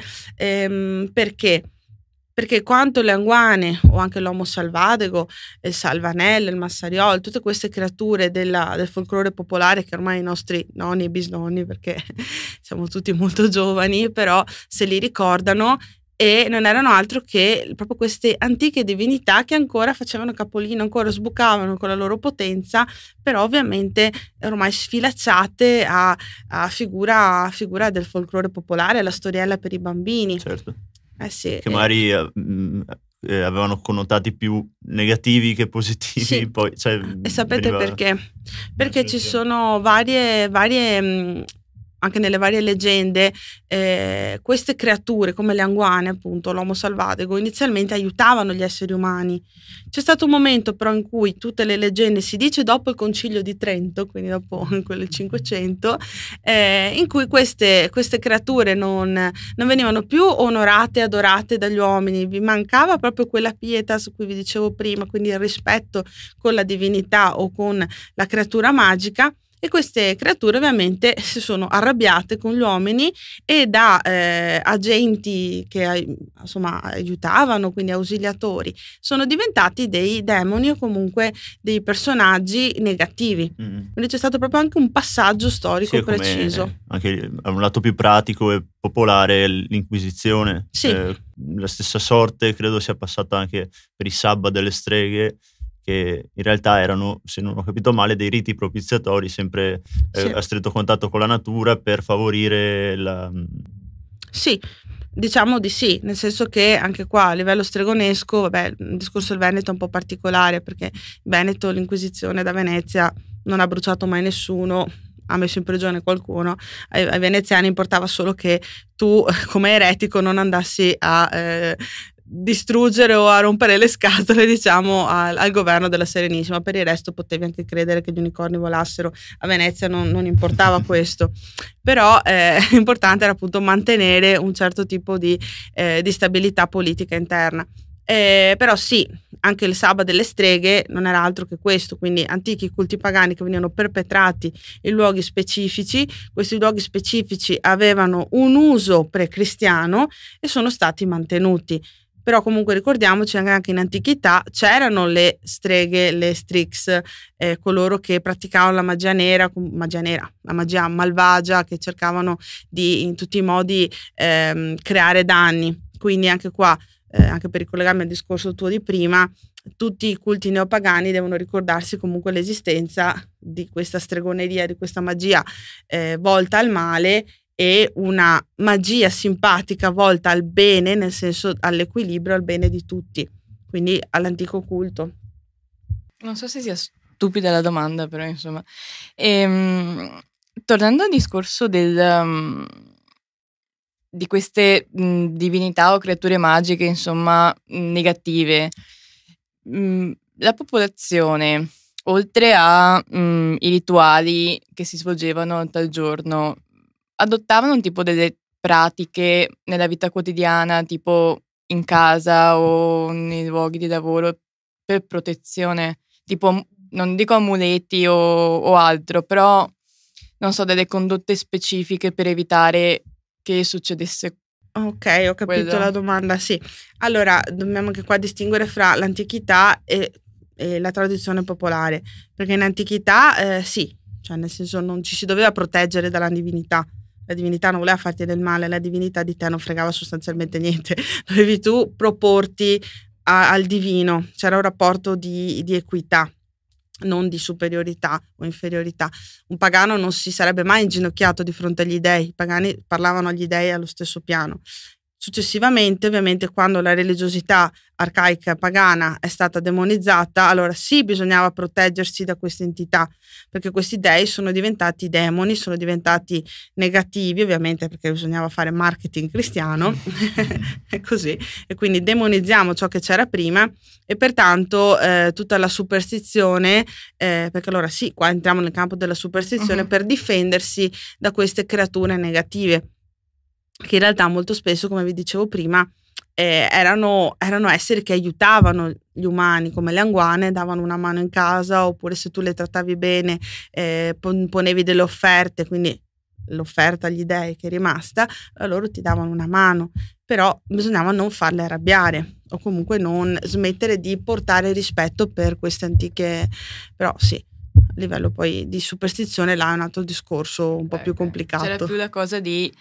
perché quanto le anguane o anche l'Homo salvadego, il salvanello, il massariolo, tutte queste creature del folklore popolare che ormai i nostri nonni e bisnonni, perché siamo tutti molto giovani, però se li ricordano, e non erano altro che proprio queste antiche divinità che ancora facevano capolino, ancora sbucavano con la loro potenza, però ovviamente ormai sfilacciate a figura del folklore popolare, alla storiella per i bambini. Certo. Sì, che magari avevano connotati più negativi che positivi. Sì. Poi, e sapete perché? Perché ci sono varie anche nelle varie leggende, queste creature come le anguane, appunto l'Homo salvadego, inizialmente aiutavano gli esseri umani. C'è stato un momento però in cui tutte le leggende, si dice dopo il Concilio di Trento, quindi dopo quello del 500, in cui queste creature non venivano più onorate e adorate dagli uomini, vi mancava proprio quella pietas su cui vi dicevo prima, quindi il rispetto con la divinità o con la creatura magica. E queste creature ovviamente si sono arrabbiate con gli uomini, e da agenti che insomma aiutavano, quindi ausiliatori, sono diventati dei demoni o comunque dei personaggi negativi. Quindi c'è stato proprio anche un passaggio storico preciso. Anche a un lato più pratico e popolare, l'Inquisizione. Sì. La stessa sorte credo sia passata anche per i sabba delle streghe, che in realtà erano, se non ho capito male, dei riti propiziatori sempre a stretto contatto con la natura per favorire la... Sì, diciamo di sì, nel senso che anche qua a livello stregonesco, vabbè, il discorso del Veneto è un po' particolare, perché in Veneto l'Inquisizione da Venezia non ha bruciato mai nessuno, ha messo in prigione qualcuno. Ai veneziani importava solo che tu come eretico non andassi a distruggere o a rompere le scatole, diciamo, al governo della Serenissima. Per il resto potevi anche credere che gli unicorni volassero, a Venezia non importava questo, però l'importante era appunto mantenere un certo tipo di stabilità politica interna. Però sì, anche il sabba delle streghe non era altro che questo, quindi antichi culti pagani che venivano perpetrati in luoghi specifici. Questi luoghi specifici avevano un uso pre-cristiano e sono stati mantenuti. Però comunque ricordiamoci anche in antichità c'erano le streghe, le strix, coloro che praticavano la magia nera, la magia malvagia, che cercavano di in tutti i modi creare danni. Quindi anche qua, anche per ricollegarmi al discorso tuo di prima, tutti i culti neopagani devono ricordarsi comunque l'esistenza di questa stregoneria, di questa magia volta al male, e una magia simpatica volta al bene, nel senso all'equilibrio, al bene di tutti, quindi all'antico culto. Non so se sia stupida la domanda, però insomma tornando al discorso di queste divinità o creature magiche, insomma, negative, la popolazione, oltre ai rituali che si svolgevano tal giorno, adottavano un tipo delle pratiche nella vita quotidiana, tipo in casa o nei luoghi di lavoro, per protezione, tipo, non dico amuleti o altro, però non so, delle condotte specifiche per evitare che succedesse. Ok, ho capito quello. la domanda, sì. Allora, dobbiamo anche qua distinguere fra l'antichità e la tradizione popolare, perché in antichità sì, cioè nel senso non ci si doveva proteggere dalla divinità. La divinità non voleva farti del male, la divinità di te non fregava sostanzialmente niente. Dovevi tu proporti al divino, c'era un rapporto di equità, non di superiorità o inferiorità. Un pagano non si sarebbe mai inginocchiato di fronte agli dei, i pagani parlavano agli dei allo stesso piano. Successivamente, ovviamente, quando la religiosità arcaica pagana è stata demonizzata, allora sì, bisognava proteggersi da queste entità, perché questi dei sono diventati demoni, sono diventati negativi, ovviamente perché bisognava fare marketing cristiano, è così, e quindi demonizziamo ciò che c'era prima e pertanto tutta la superstizione, perché allora sì, qua entriamo nel campo della superstizione per difendersi da queste creature negative, che in realtà molto spesso, come vi dicevo prima, erano esseri che aiutavano gli umani, come le anguane, davano una mano in casa, oppure se tu le trattavi bene ponevi delle offerte, quindi l'offerta agli dei che è rimasta, loro ti davano una mano, però bisognava non farle arrabbiare o comunque non smettere di portare rispetto per queste antiche, però sì, a livello poi di superstizione là è un altro discorso un po' più complicato. C'era più la cosa di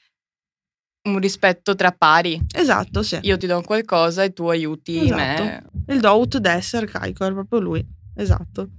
un rispetto tra pari. Esatto, sì. Io ti do qualcosa e tu aiuti Esatto. me. Il do ut des arcaico era proprio lui. Esatto.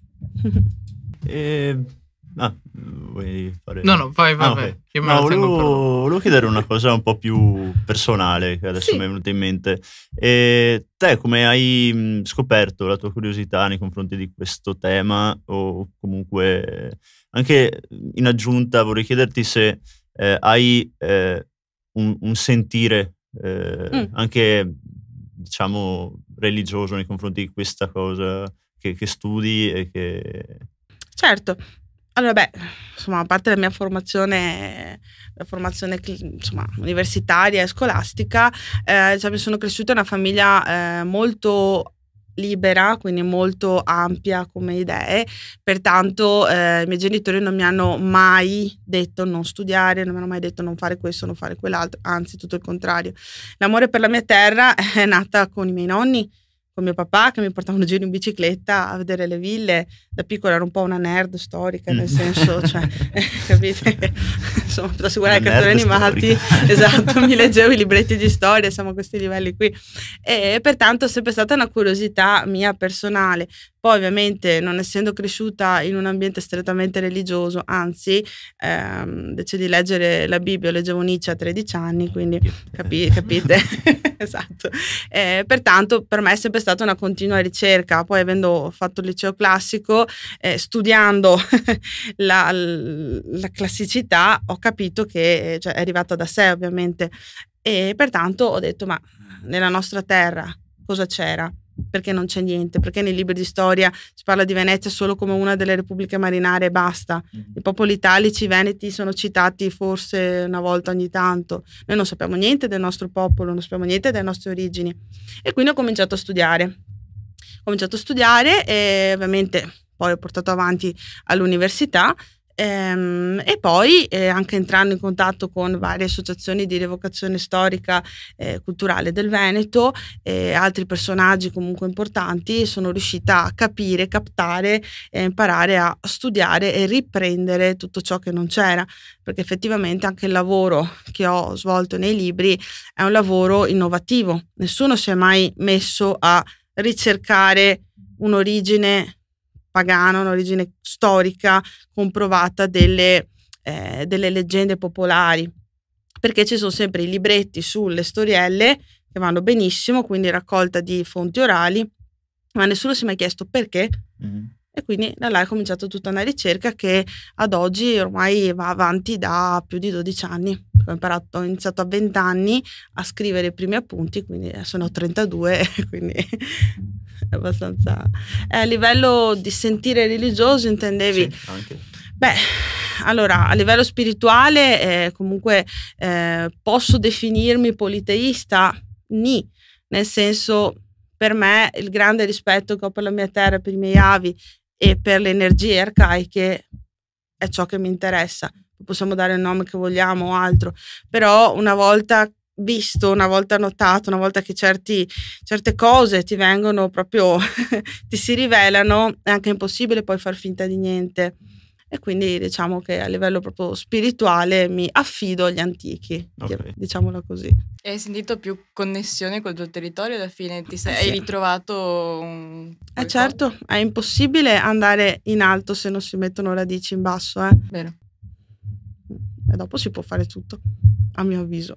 Vuoi fare? No, vai. Okay. Io me la tengo per volevo chiedere una cosa un po' più personale che adesso Sì. mi è venuta in mente. Te come hai scoperto la tua curiosità nei confronti di questo tema, o comunque anche in aggiunta vorrei chiederti se hai un sentire anche diciamo religioso nei confronti di questa cosa che studi e che... Certo. Allora, insomma, a parte la mia formazione insomma, universitaria e scolastica, diciamo, sono cresciuta in una famiglia molto libera, quindi molto ampia come idee, pertanto i miei genitori non mi hanno mai detto non studiare, non mi hanno mai detto non fare questo, non fare quell'altro, anzi tutto il contrario. L'amore per la mia terra è nata con i miei nonni, con mio papà che mi portavano in giro in bicicletta a vedere le ville. Da piccola ero un po' una nerd storica, nel senso, cioè, capite? Insomma, per assicurare i cartoni animati, esatto, mi leggevo i libretti di storia, siamo a questi livelli qui. E pertanto è sempre stata una curiosità mia personale. Poi ovviamente non essendo cresciuta in un ambiente strettamente religioso, anzi invece di leggere la Bibbia leggevo Nietzsche a 13 anni, quindi capite? Esatto. Pertanto per me è sempre stata una continua ricerca. Poi avendo fatto il liceo classico, studiando la classicità, ho capito che è arrivata da sé ovviamente, e pertanto ho detto ma nella nostra terra cosa c'era? Perché non c'è niente? Perché nei libri di storia si parla di Venezia solo come una delle repubbliche marinare e basta? I popoli italici veneti sono citati forse una volta ogni tanto. Noi non sappiamo niente del nostro popolo, non sappiamo niente delle nostre origini, e quindi ho cominciato a studiare e ovviamente poi ho portato avanti all'università. E poi anche entrando in contatto con varie associazioni di rievocazione storica culturale del Veneto e altri personaggi comunque importanti, sono riuscita a capire, captare e imparare a studiare e riprendere tutto ciò che non c'era, perché effettivamente anche il lavoro che ho svolto nei libri è un lavoro innovativo. Nessuno si è mai messo a ricercare un'origine pagana, un'origine storica comprovata delle leggende popolari, perché ci sono sempre i libretti sulle storielle che vanno benissimo, quindi raccolta di fonti orali, ma nessuno si è mai chiesto perché. E quindi da là è cominciata tutta una ricerca che ad oggi ormai va avanti da più di 12 anni. Ho iniziato a 20 anni a scrivere i primi appunti, quindi adesso ne ho 32, quindi è abbastanza... A livello di sentire religioso intendevi? Sì, anche. Beh, allora, a livello spirituale comunque posso definirmi politeista? Nì, nel senso, per me il grande rispetto che ho per la mia terra, per i miei avi e per le energie arcaiche è ciò che mi interessa. Possiamo dare il nome che vogliamo o altro, però una volta visto, una volta notato, una volta che certe cose ti vengono proprio, ti si rivelano, è anche impossibile poi far finta di niente. E quindi diciamo che a livello proprio spirituale mi affido agli antichi, Okay. diciamola così. E hai sentito più connessione col tuo territorio alla fine? sì. Hai ritrovato qualcosa? Certo, è impossibile andare in alto se non si mettono radici in basso, Vero. E dopo si può fare tutto, a mio avviso.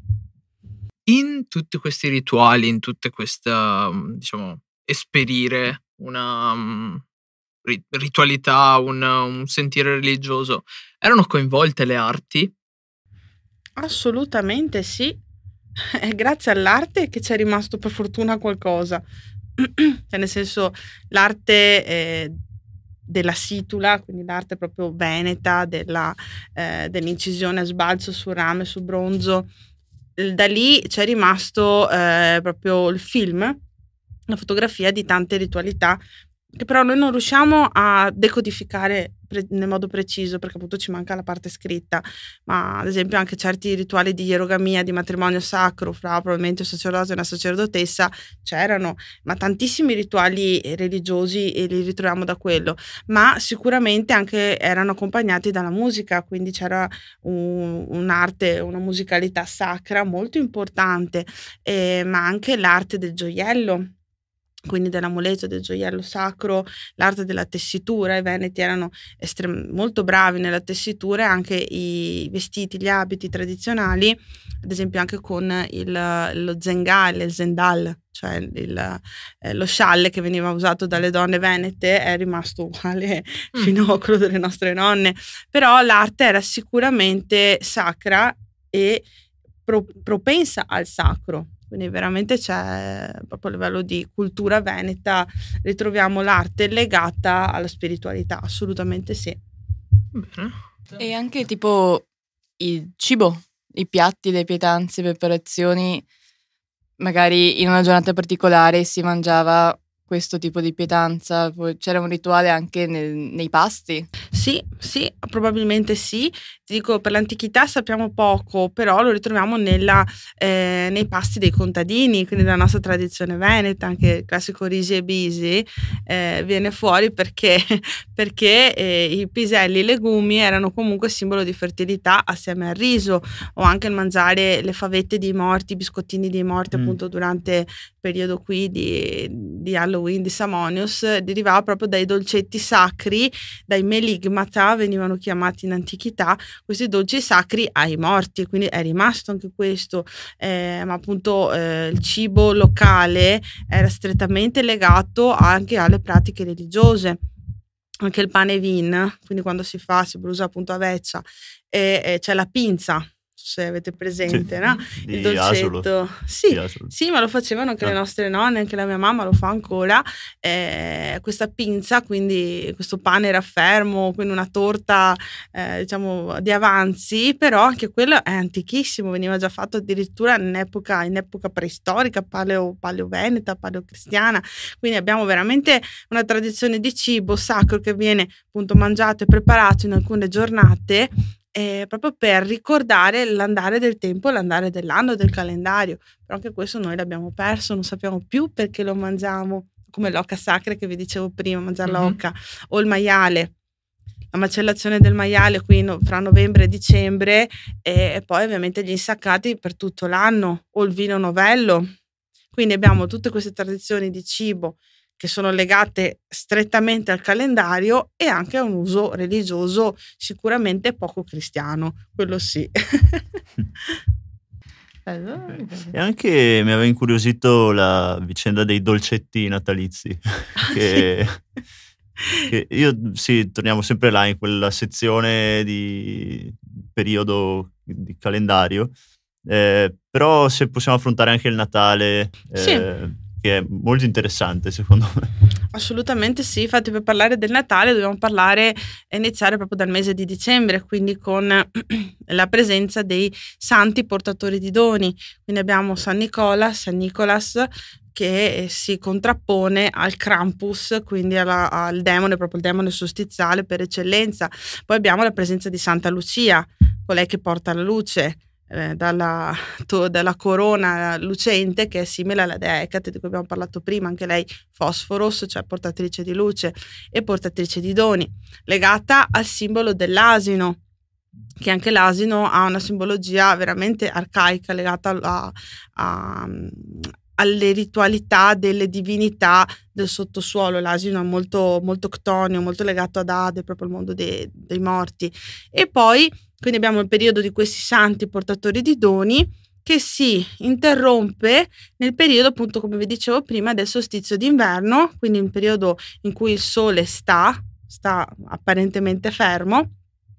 In tutti questi rituali, in tutte queste, diciamo, esperire una ritualità, un sentire religioso, erano coinvolte le arti? Assolutamente sì. È grazie all'arte che c'è rimasto per fortuna qualcosa. Cioè, nel senso, l'arte della situla, quindi l'arte proprio veneta, dell'incisione a sbalzo su rame, su bronzo. Da lì c'è rimasto proprio il film, la fotografia di tante ritualità che però noi non riusciamo a decodificare nel modo preciso perché appunto ci manca la parte scritta, ma ad esempio anche certi rituali di ierogamia, di matrimonio sacro fra probabilmente un sacerdote e una sacerdotessa c'erano, ma tantissimi rituali religiosi e li ritroviamo da quello, ma sicuramente anche erano accompagnati dalla musica, quindi c'era un'arte, una musicalità sacra molto importante, ma anche l'arte del gioiello, quindi dell'amuleto, del gioiello sacro, l'arte della tessitura. I veneti erano molto bravi nella tessitura, e anche i vestiti, gli abiti tradizionali, ad esempio anche con lo zengale, il zendal, cioè lo scialle che veniva usato dalle donne venete, è rimasto uguale fino a quello delle nostre nonne, però l'arte era sicuramente sacra e propensa al sacro. Quindi veramente c'è, proprio a livello di cultura veneta, ritroviamo l'arte legata alla spiritualità, assolutamente sì. Bene. E anche tipo il cibo, i piatti, le pietanze, preparazioni, magari in una giornata particolare si mangiava questo tipo di pietanza, c'era un rituale anche nei pasti? Sì, probabilmente sì. Ti dico, per l'antichità sappiamo poco, però lo ritroviamo nei pasti dei contadini, quindi della nostra tradizione veneta, anche il classico risi e bisi viene fuori perché i piselli, i legumi erano comunque simbolo di fertilità assieme al riso, o anche il mangiare le favette dei morti, i biscottini dei morti appunto durante il periodo qui di Halloween, di Samonius, derivava proprio dai dolcetti sacri, dai meligmata venivano chiamati in antichità, questi dolci sacri ai morti, quindi è rimasto anche questo, ma appunto il cibo locale era strettamente legato anche alle pratiche religiose. Anche il pane vin, quindi quando si brucia appunto a veccia, e c'è la pinza, se avete presente, sì, no? Il dolcetto. Asolo. Sì, ma lo facevano anche le nostre nonne, anche la mia mamma lo fa ancora, questa pinza, quindi questo pane raffermo, quindi una torta diciamo di avanzi, però anche quello è antichissimo, veniva già fatto addirittura in epoca preistorica, paleo-veneta, paleo-cristiana, quindi abbiamo veramente una tradizione di cibo sacro che viene appunto mangiato e preparato in alcune giornate, proprio per ricordare l'andare del tempo, l'andare dell'anno, del calendario. Però anche questo noi l'abbiamo perso, non sappiamo più perché lo mangiamo, come l'oca sacra che vi dicevo prima, mangiare la oca, o il maiale, la macellazione del maiale qui fra novembre e dicembre, e poi ovviamente gli insaccati per tutto l'anno, o il vino novello. Quindi abbiamo tutte queste tradizioni di cibo che sono legate strettamente al calendario e anche a un uso religioso sicuramente poco cristiano, quello sì. E anche mi aveva incuriosito la vicenda dei dolcetti natalizi, che Torniamo sempre là in quella sezione di periodo di calendario, però se possiamo affrontare anche il Natale, che è molto interessante secondo me. Assolutamente sì, infatti per parlare del Natale dobbiamo iniziare proprio dal mese di dicembre, quindi con la presenza dei santi portatori di doni. Quindi abbiamo San Nicolas, che si contrappone al Krampus, quindi al demone, proprio il demone solstiziale per eccellenza. Poi abbiamo la presenza di Santa Lucia, colei che porta la luce, dalla corona lucente, che è simile alla dea Ecate di cui abbiamo parlato prima, anche lei Phosphoros, cioè portatrice di luce e portatrice di doni, legata al simbolo dell'asino, che anche l'asino ha una simbologia veramente arcaica legata alle ritualità delle divinità del sottosuolo. L'asino è molto, molto ctonio, molto legato ad Ade, proprio al mondo dei morti. E poi quindi abbiamo il periodo di questi santi portatori di doni, che si interrompe nel periodo, appunto, come vi dicevo prima, del solstizio d'inverno, quindi un periodo in cui il sole sta apparentemente fermo,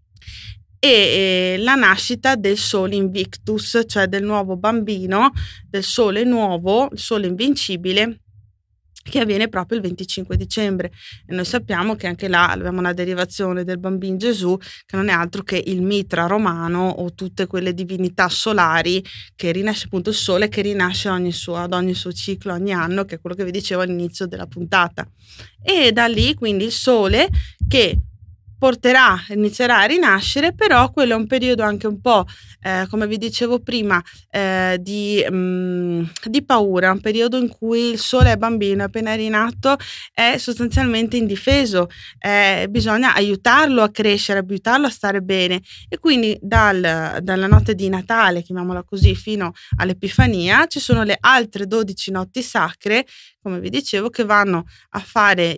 e la nascita del Sole Invictus, cioè del nuovo bambino, del sole nuovo, il sole invincibile, che avviene proprio il 25 dicembre. E noi sappiamo che anche là abbiamo una derivazione del bambino Gesù, che non è altro che il mitra romano, o tutte quelle divinità solari, che rinasce, appunto il sole che rinasce ad ogni suo ciclo, ogni anno, che è quello che vi dicevo all'inizio della puntata. E da lì quindi il sole che inizierà a rinascere, però quello è un periodo anche un po', come vi dicevo prima, di paura, un periodo in cui il sole è bambino, appena rinato, è sostanzialmente indifeso, bisogna aiutarlo a crescere, aiutarlo a stare bene, e quindi dalla notte di Natale, chiamiamola così, fino all'Epifania ci sono le altre 12 notti sacre, come vi dicevo, che vanno a fare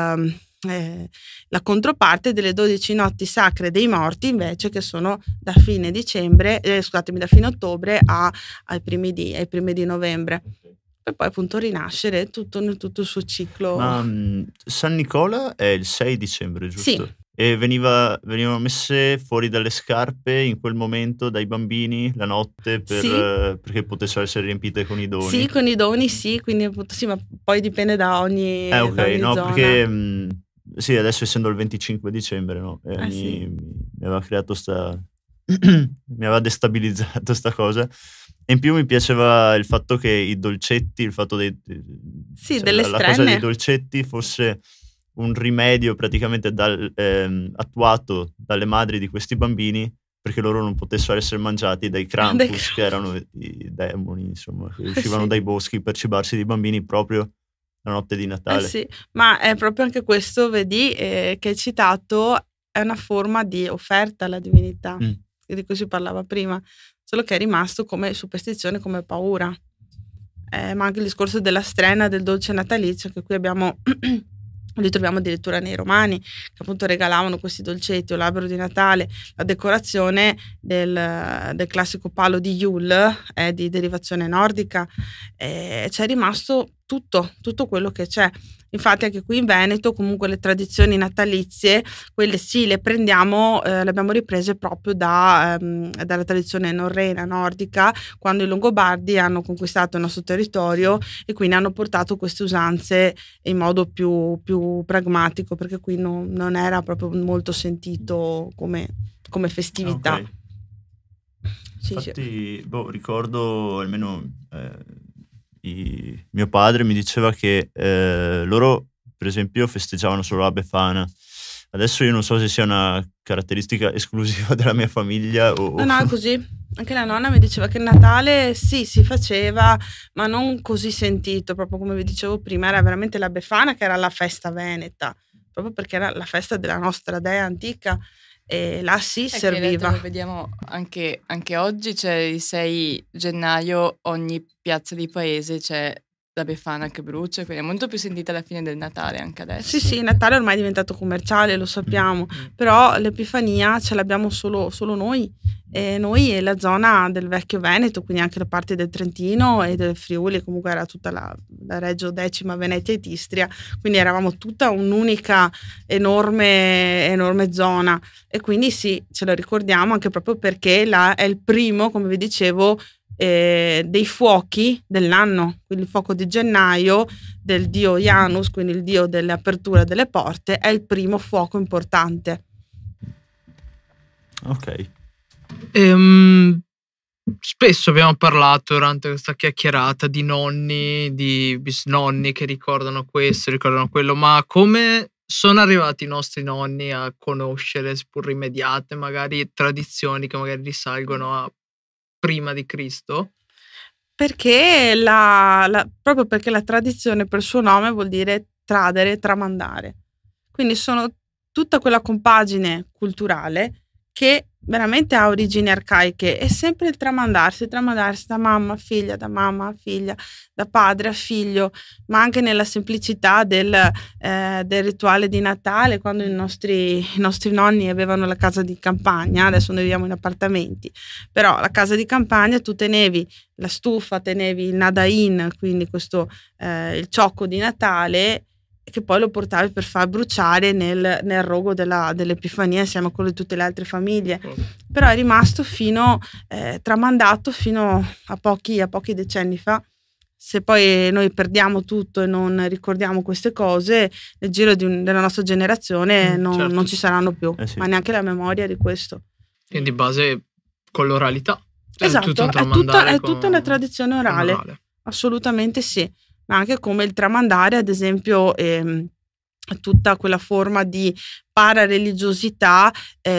la controparte delle 12 notti sacre dei morti, invece, che sono da fine ottobre ai primi di novembre, per poi appunto rinascere tutto il suo ciclo. Ma San Nicola è il 6 dicembre, giusto? Sì. E venivano messe fuori dalle scarpe in quel momento dai bambini la notte perché potessero essere riempite con i doni. Sì, con i doni, sì, quindi appunto sì, ma poi dipende da ogni da ogni zona. Perché sì, adesso essendo il 25 dicembre, no? Mi aveva creato mi aveva destabilizzato sta cosa. E in più mi piaceva il fatto che i dolcetti, il fatto delle la cosa dei dolcetti fosse un rimedio praticamente attuato dalle madri di questi bambini, perché loro non potessero essere mangiati dai Krampus, che erano i demoni, insomma, che uscivano dai boschi per cibarsi di bambini proprio la notte di Natale. Sì, ma è proprio anche questo, vedi, che hai citato, è una forma di offerta alla divinità, di cui si parlava prima, solo che è rimasto come superstizione, come paura. Ma anche il discorso della strena, del dolce natalizio, che qui li troviamo addirittura nei Romani, che appunto regalavano questi dolcetti, o l'albero di Natale, la decorazione del classico palo di Yule, di derivazione nordica. C'è rimasto tutto quello che c'è. Infatti anche qui in Veneto comunque le tradizioni natalizie, quelle sì, le abbiamo riprese proprio dalla tradizione norrena, nordica, quando i Longobardi hanno conquistato il nostro territorio, e quindi hanno portato queste usanze in modo più pragmatico, perché qui non era proprio molto sentito come festività. Okay. Sì, infatti, ricordo almeno mio padre mi diceva che loro, per esempio, festeggiavano solo la Befana. Adesso io non so se sia una caratteristica esclusiva della mia famiglia o... No, è così. Anche la nonna mi diceva che il Natale sì, si faceva, ma non così sentito, proprio come vi dicevo prima, era veramente la Befana, che era la festa veneta, proprio perché era la festa della nostra dea antica, e là si serviva. Lo vediamo anche oggi, c'è il 6 gennaio, ogni piazza di paese c'è la Befana che brucia, quindi è molto più sentita alla fine del Natale anche adesso. Sì, il Natale ormai è diventato commerciale, lo sappiamo, però l'Epifania ce l'abbiamo solo noi e la zona del Vecchio Veneto, quindi anche la parte del Trentino e del Friuli, comunque era tutta la Reggio Decima, Venetia e Istria, quindi eravamo tutta un'unica enorme zona, e quindi sì, ce lo ricordiamo anche proprio perché è il primo, come vi dicevo, dei fuochi dell'anno, quindi il fuoco di gennaio del dio Janus, quindi il dio dell'apertura delle porte, è il primo fuoco importante. Ok. Spesso abbiamo parlato durante questa chiacchierata di nonni, di bisnonni che ricordano questo, ricordano quello, ma come sono arrivati i nostri nonni a conoscere, seppur immediate, magari tradizioni che magari risalgono a prima di Cristo? Perché proprio perché la tradizione per suo nome vuol dire tradere, tramandare. Quindi sono tutta quella compagine culturale che veramente ha origini arcaiche, è sempre il tramandarsi da mamma a figlia, da mamma a figlia, da padre a figlio, ma anche nella semplicità del rituale di Natale, quando i nostri nonni avevano la casa di campagna. Adesso noi viviamo in appartamenti, però la casa di campagna tu tenevi la stufa, tenevi il nadain, quindi questo il ciocco di Natale, che poi lo portavi per far bruciare nel rogo dell'Epifania insieme a quello di tutte le altre famiglie. Però è rimasto tramandato fino a pochi decenni fa. Se poi noi perdiamo tutto e non ricordiamo queste cose, nel giro della nostra generazione certo, non ci saranno più, sì, ma neanche la memoria di questo. E di base con l'oralità. Esatto, è tutta una tradizione orale. Assolutamente sì. Ma anche come il tramandare, ad esempio, tutta quella forma di parareligiosità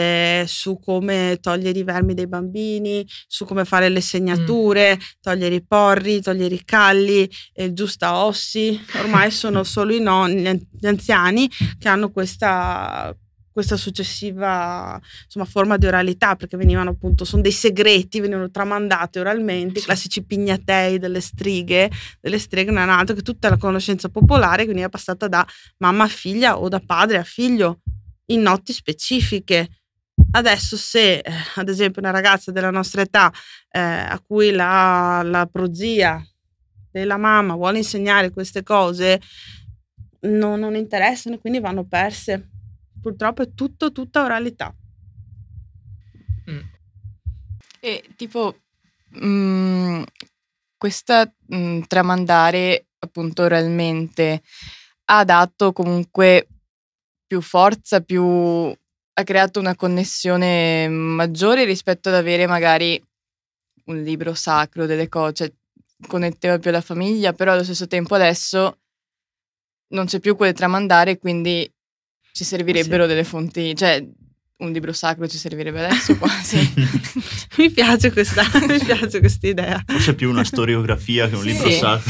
su come togliere i vermi dai bambini, su come fare le segnature, togliere i porri, togliere i calli, il giusta ossi. Ormai sono solo gli anziani che hanno questa successiva, insomma, forma di oralità, perché sono dei segreti, venivano tramandati oralmente, i classici pignatei delle streghe non erano altro che tutta la conoscenza popolare che veniva passata da mamma a figlia o da padre a figlio in notti specifiche. Adesso se ad esempio una ragazza della nostra età a cui la prozia della mamma vuole insegnare queste cose, non interessano, quindi vanno perse. Purtroppo è tutta oralità. E tipo questa tramandare appunto oralmente ha dato comunque più forza, ha creato una connessione maggiore rispetto ad avere magari un libro sacro, delle cose, cioè connetteva più la famiglia, però allo stesso tempo adesso non c'è più quel tramandare, quindi ci servirebbero delle fonti, cioè un libro sacro ci servirebbe adesso quasi. Mi piace questa idea. Forse più una storiografia che un libro sacro.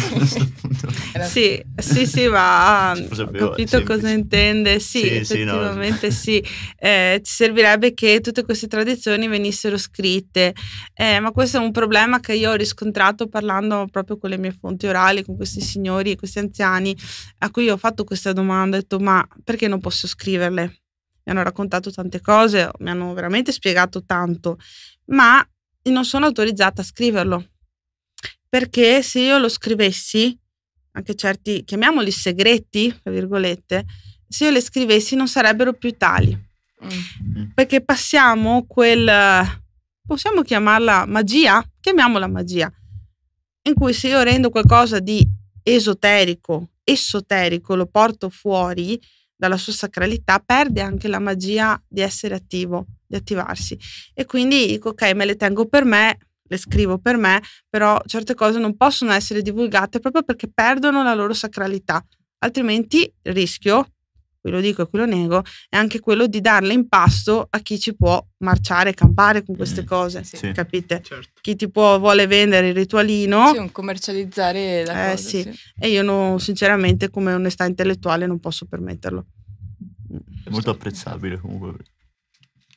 Sì, ma ho capito cosa intende. Sì, effettivamente no. Sì. Ci servirebbe che tutte queste tradizioni venissero scritte, ma questo è un problema che io ho riscontrato parlando proprio con le mie fonti orali, con questi signori, questi anziani, a cui ho fatto questa domanda, ho detto: ma perché non posso scriverle? Mi hanno raccontato tante cose, mi hanno veramente spiegato tanto, ma non sono autorizzata a scriverlo, perché se io lo scrivessi, anche certi, chiamiamoli segreti, tra virgolette, se io le scrivessi non sarebbero più tali, perché passiamo possiamo chiamarla magia? Chiamiamola magia, in cui se io rendo qualcosa di esoterico, lo porto fuori dalla sua sacralità, perde anche la magia di essere attivo, di attivarsi. E quindi dico: ok, me le tengo per me, le scrivo per me, però certe cose non possono essere divulgate proprio perché perdono la loro sacralità. Altrimenti il rischio, qui lo dico e qui lo nego, è anche quello di darle in pasto a chi ci può marciare, campare con queste cose, sì. Capite? Certo. Chi ti vuole vendere il ritualino. Sì, un commercializzare la cosa. Sì. E io sinceramente, come onestà intellettuale, non posso permetterlo. È molto apprezzabile comunque.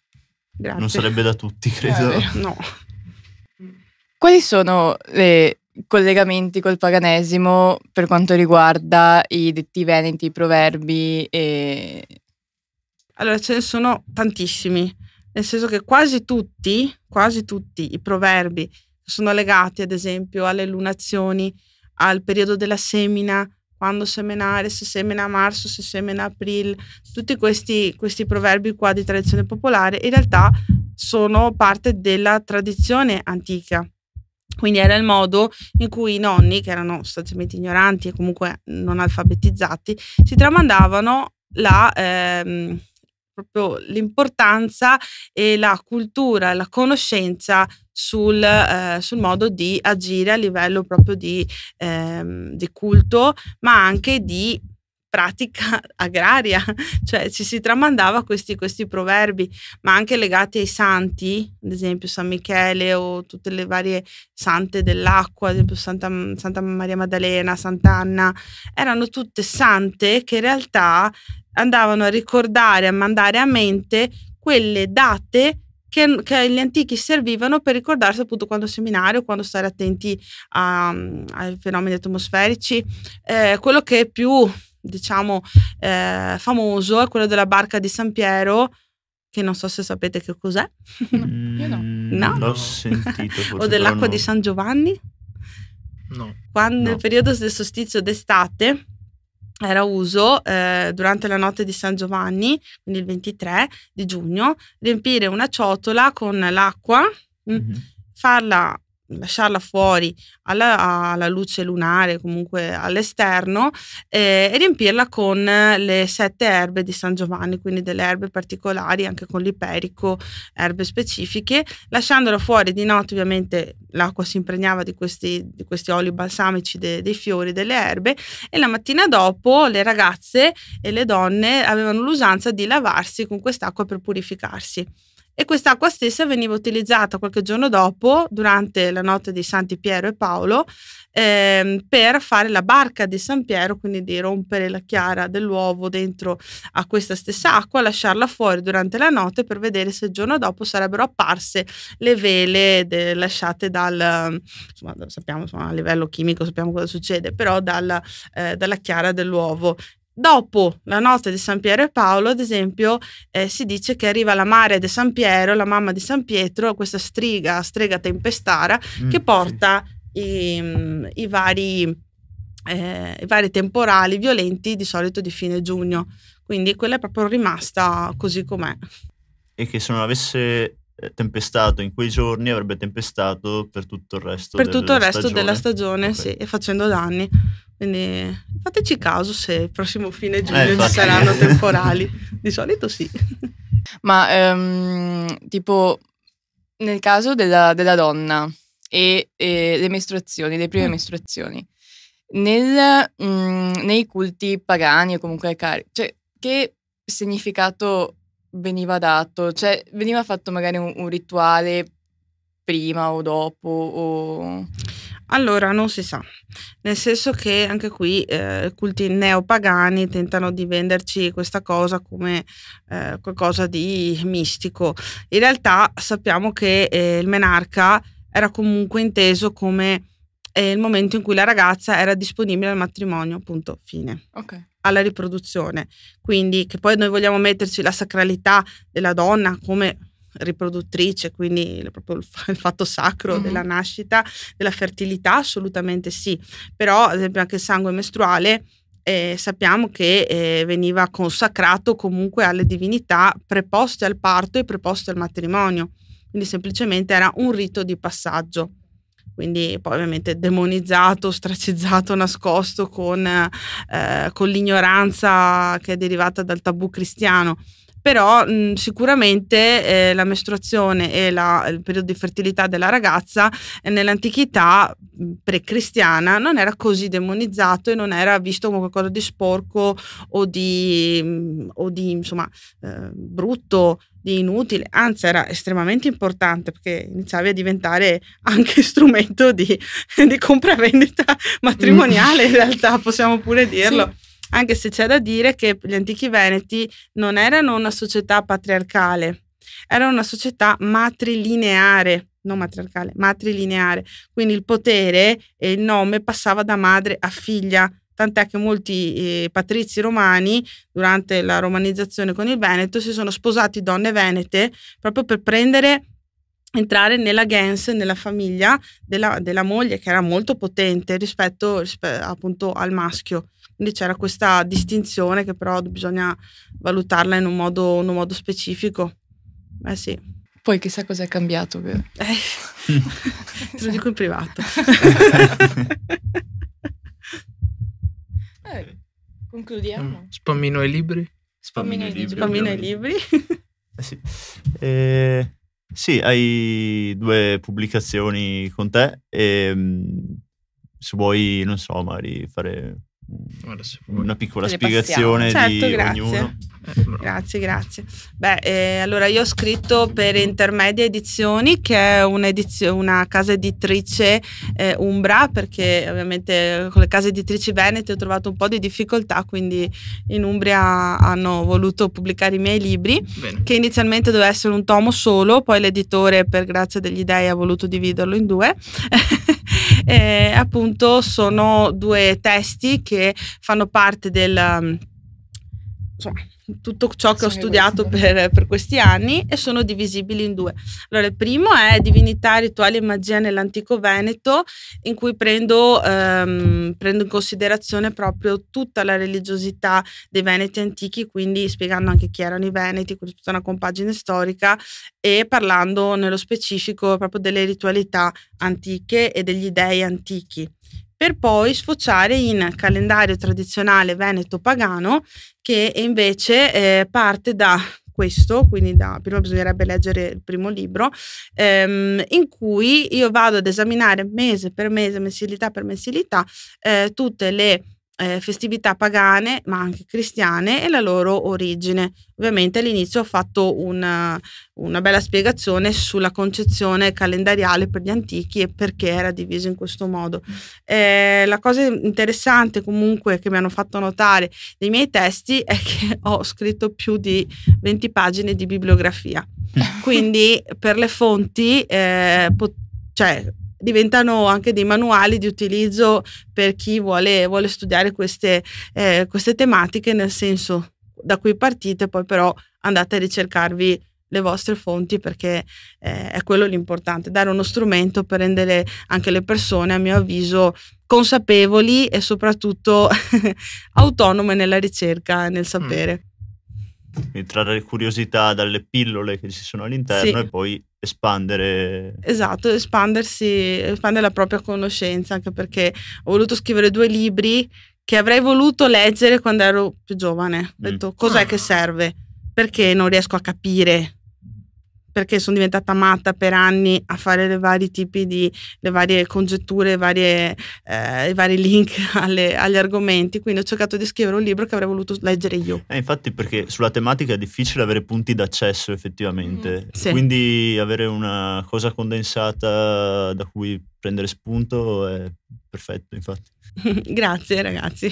Grazie. Non sarebbe da tutti, credo. No. Quali sono le collegamenti col paganesimo per quanto riguarda i detti veneti, i proverbi e... Allora, ce ne sono tantissimi, nel senso che quasi tutti i proverbi sono legati, ad esempio, alle lunazioni, al periodo della semina, quando semenare, se semina a marzo, se semina a aprile, tutti questi proverbi qua di tradizione popolare in realtà sono parte della tradizione antica. Quindi era il modo in cui i nonni, che erano sostanzialmente ignoranti e comunque non alfabetizzati, si tramandavano proprio l'importanza e la cultura, la conoscenza sul modo di agire a livello proprio di culto, ma anche di pratica agraria, cioè ci si tramandava questi proverbi, ma anche legati ai santi, ad esempio San Michele o tutte le varie sante dell'acqua, ad esempio Santa Maria Maddalena, Sant'Anna, erano tutte sante che in realtà andavano a ricordare, a mandare a mente quelle date che gli antichi servivano per ricordarsi appunto quando seminare o quando stare attenti ai fenomeni atmosferici. Quello che è più, diciamo, famoso è quello della barca di San Piero, che non so se sapete che cos'è. Io no. No? L'ho sentito forse, O dell'acqua no. di San Giovanni. No. Quando No. nel periodo del solstizio d'estate era uso, durante la notte di San Giovanni, quindi il 23 di giugno, riempire una ciotola con l'acqua, lasciarla fuori alla luce lunare, comunque all'esterno, e riempirla con le 7 erbe di San Giovanni, quindi delle erbe particolari, anche con l'iperico, erbe specifiche. Lasciandola fuori di notte, ovviamente l'acqua si impregnava di questi oli balsamici dei fiori, delle erbe, e la mattina dopo le ragazze e le donne avevano l'usanza di lavarsi con quest'acqua per purificarsi. E quest'acqua stessa veniva utilizzata qualche giorno dopo, durante la notte di Santi Piero e Paolo, per fare la barca di San Piero, quindi di rompere la chiara dell'uovo dentro a questa stessa acqua, lasciarla fuori durante la notte per vedere se il giorno dopo sarebbero apparse le vele lasciate sappiamo, insomma, a livello chimico sappiamo cosa succede, però dalla chiara dell'uovo. Dopo la notte di San Piero e Paolo, ad esempio, si dice che arriva la mare di San Piero, la mamma di San Pietro, questa strega tempestara, che porta i vari temporali violenti, di solito di fine giugno. Quindi quella è proprio rimasta così com'è. E che se non avesse tempestato in quei giorni avrebbe tempestato per tutto il resto della stagione, okay. Sì, e facendo danni. Quindi fateci caso se il prossimo fine giugno ci infatti. saranno temporali. Di solito sì. Ma tipo nel caso della donna e le mestruazioni, le prime mestruazioni, nei culti pagani o comunque cioè, che significato veniva dato? Cioè veniva fatto magari un rituale prima o dopo o... Allora, non si sa, nel senso che anche qui i culti neopagani tentano di venderci questa cosa come qualcosa di mistico. In realtà sappiamo che il menarca era comunque inteso come il momento in cui la ragazza era disponibile al matrimonio, appunto, fine. Ok. Alla riproduzione. Quindi che poi noi vogliamo metterci la sacralità della donna come riproduttrice, quindi proprio il fatto sacro della nascita, della fertilità, assolutamente sì. Però ad esempio anche il sangue mestruale sappiamo che veniva consacrato comunque alle divinità preposte al parto e preposte al matrimonio, quindi semplicemente era un rito di passaggio. Quindi poi ovviamente demonizzato, ostracizzato, nascosto con l'ignoranza che è derivata dal tabù cristiano. Però sicuramente la mestruazione e il periodo di fertilità della ragazza nell'antichità pre-cristiana non era così demonizzato e non era visto come qualcosa di sporco o di insomma brutto, di inutile, anzi era estremamente importante perché iniziavi a diventare anche strumento di compravendita matrimoniale, in realtà possiamo pure dirlo. Sì. Anche se c'è da dire che gli antichi veneti non erano una società patriarcale, era una società matrilineare, non matriarcale, matrilineare, quindi il potere e il nome passava da madre a figlia, tant'è che molti patrizi romani durante la romanizzazione con il Veneto si sono sposati donne venete proprio per entrare nella gens, nella famiglia della moglie, che era molto potente rispetto appunto al maschio. Quindi c'era questa distinzione che però bisogna valutarla in un modo specifico. Sì. Poi chissà cosa è cambiato. Te lo dico in privato. Concludiamo. Spammino ai libri. Spammino ai libri. Sì. Sì, hai 2 pubblicazioni con te e se vuoi, non so, magari fare una piccola spiegazione di ognuno. Grazie. Allora io ho scritto per Intermedia Edizioni, che è una casa editrice umbra, perché ovviamente con le case editrici venete ho trovato un po' di difficoltà, quindi in Umbria hanno voluto pubblicare i miei libri. Bene. Che inizialmente doveva essere un tomo solo, poi l'editore per grazia degli dei ha voluto dividerlo in 2. Appunto sono 2 testi che fanno parte del tutto ciò che ho studiato per questi anni e sono divisibili in 2. Allora, il primo è Divinità, rituali e magia nell'antico Veneto, in cui prendo in considerazione proprio tutta la religiosità dei Veneti antichi, quindi spiegando anche chi erano i Veneti, quindi tutta una compagine storica e parlando nello specifico proprio delle ritualità antiche e degli dei antichi, per poi sfociare in calendario tradizionale veneto pagano, che invece parte da questo, quindi prima bisognerebbe leggere il primo libro, in cui io vado ad esaminare mese per mese, mensilità per mensilità, tutte le festività pagane ma anche cristiane e la loro origine. Ovviamente all'inizio ho fatto una bella spiegazione sulla concezione calendariale per gli antichi e perché era diviso in questo modo. La cosa interessante comunque che mi hanno fatto notare dei miei testi è che ho scritto più di 20 pagine di bibliografia, quindi per le fonti diventano anche dei manuali di utilizzo per chi vuole studiare queste tematiche, nel senso, da cui partite, poi però andate a ricercarvi le vostre fonti, perché è quello l'importante, dare uno strumento per rendere anche le persone, a mio avviso, consapevoli e soprattutto autonome nella ricerca e nel sapere. Quindi trarre curiosità dalle pillole che ci sono all'interno, sì, e poi espandere. Esatto, espandere la propria conoscenza, anche perché ho voluto scrivere 2 libri che avrei voluto leggere quando ero più giovane. Ho detto, cos'è che serve? Perché non riesco a capire? Perché sono diventata matta per anni a fare le varie congetture, i vari link agli argomenti, quindi ho cercato di scrivere un libro che avrei voluto leggere io. Infatti, perché sulla tematica è difficile avere punti d'accesso effettivamente, sì. Quindi avere una cosa condensata da cui prendere spunto è perfetto, infatti. Grazie ragazzi.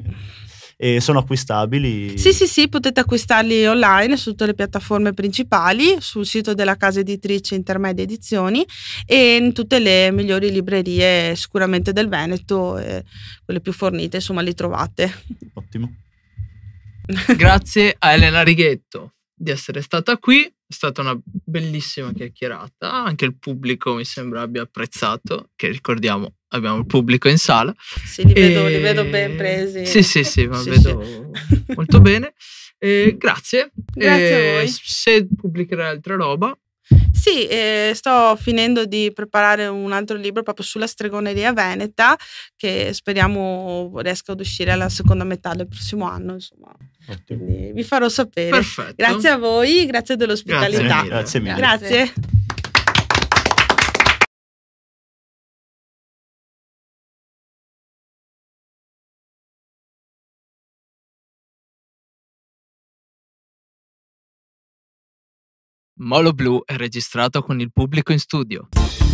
E sono acquistabili? Sì, potete acquistarli online su tutte le piattaforme principali, sul sito della casa editrice Intermedia Edizioni e in tutte le migliori librerie sicuramente del Veneto, quelle più fornite, insomma, li trovate. Ottimo. Grazie a Elena Righetto di essere stata qui, è stata una bellissima chiacchierata, anche il pubblico mi sembra abbia apprezzato, che ricordiamo abbiamo il pubblico in sala. Sì, li vedo ben presi. Sì, ma vedo molto bene. Grazie. Grazie a voi. Se pubblicherai altra roba. Sì, sto finendo di preparare un altro libro proprio sulla stregoneria veneta, che speriamo riesca ad uscire alla seconda metà del prossimo anno, insomma. Quindi vi farò sapere. Perfetto. Grazie a voi, grazie dell'ospitalità. Grazie mille. Grazie. Molo Blu è registrato con il pubblico in studio.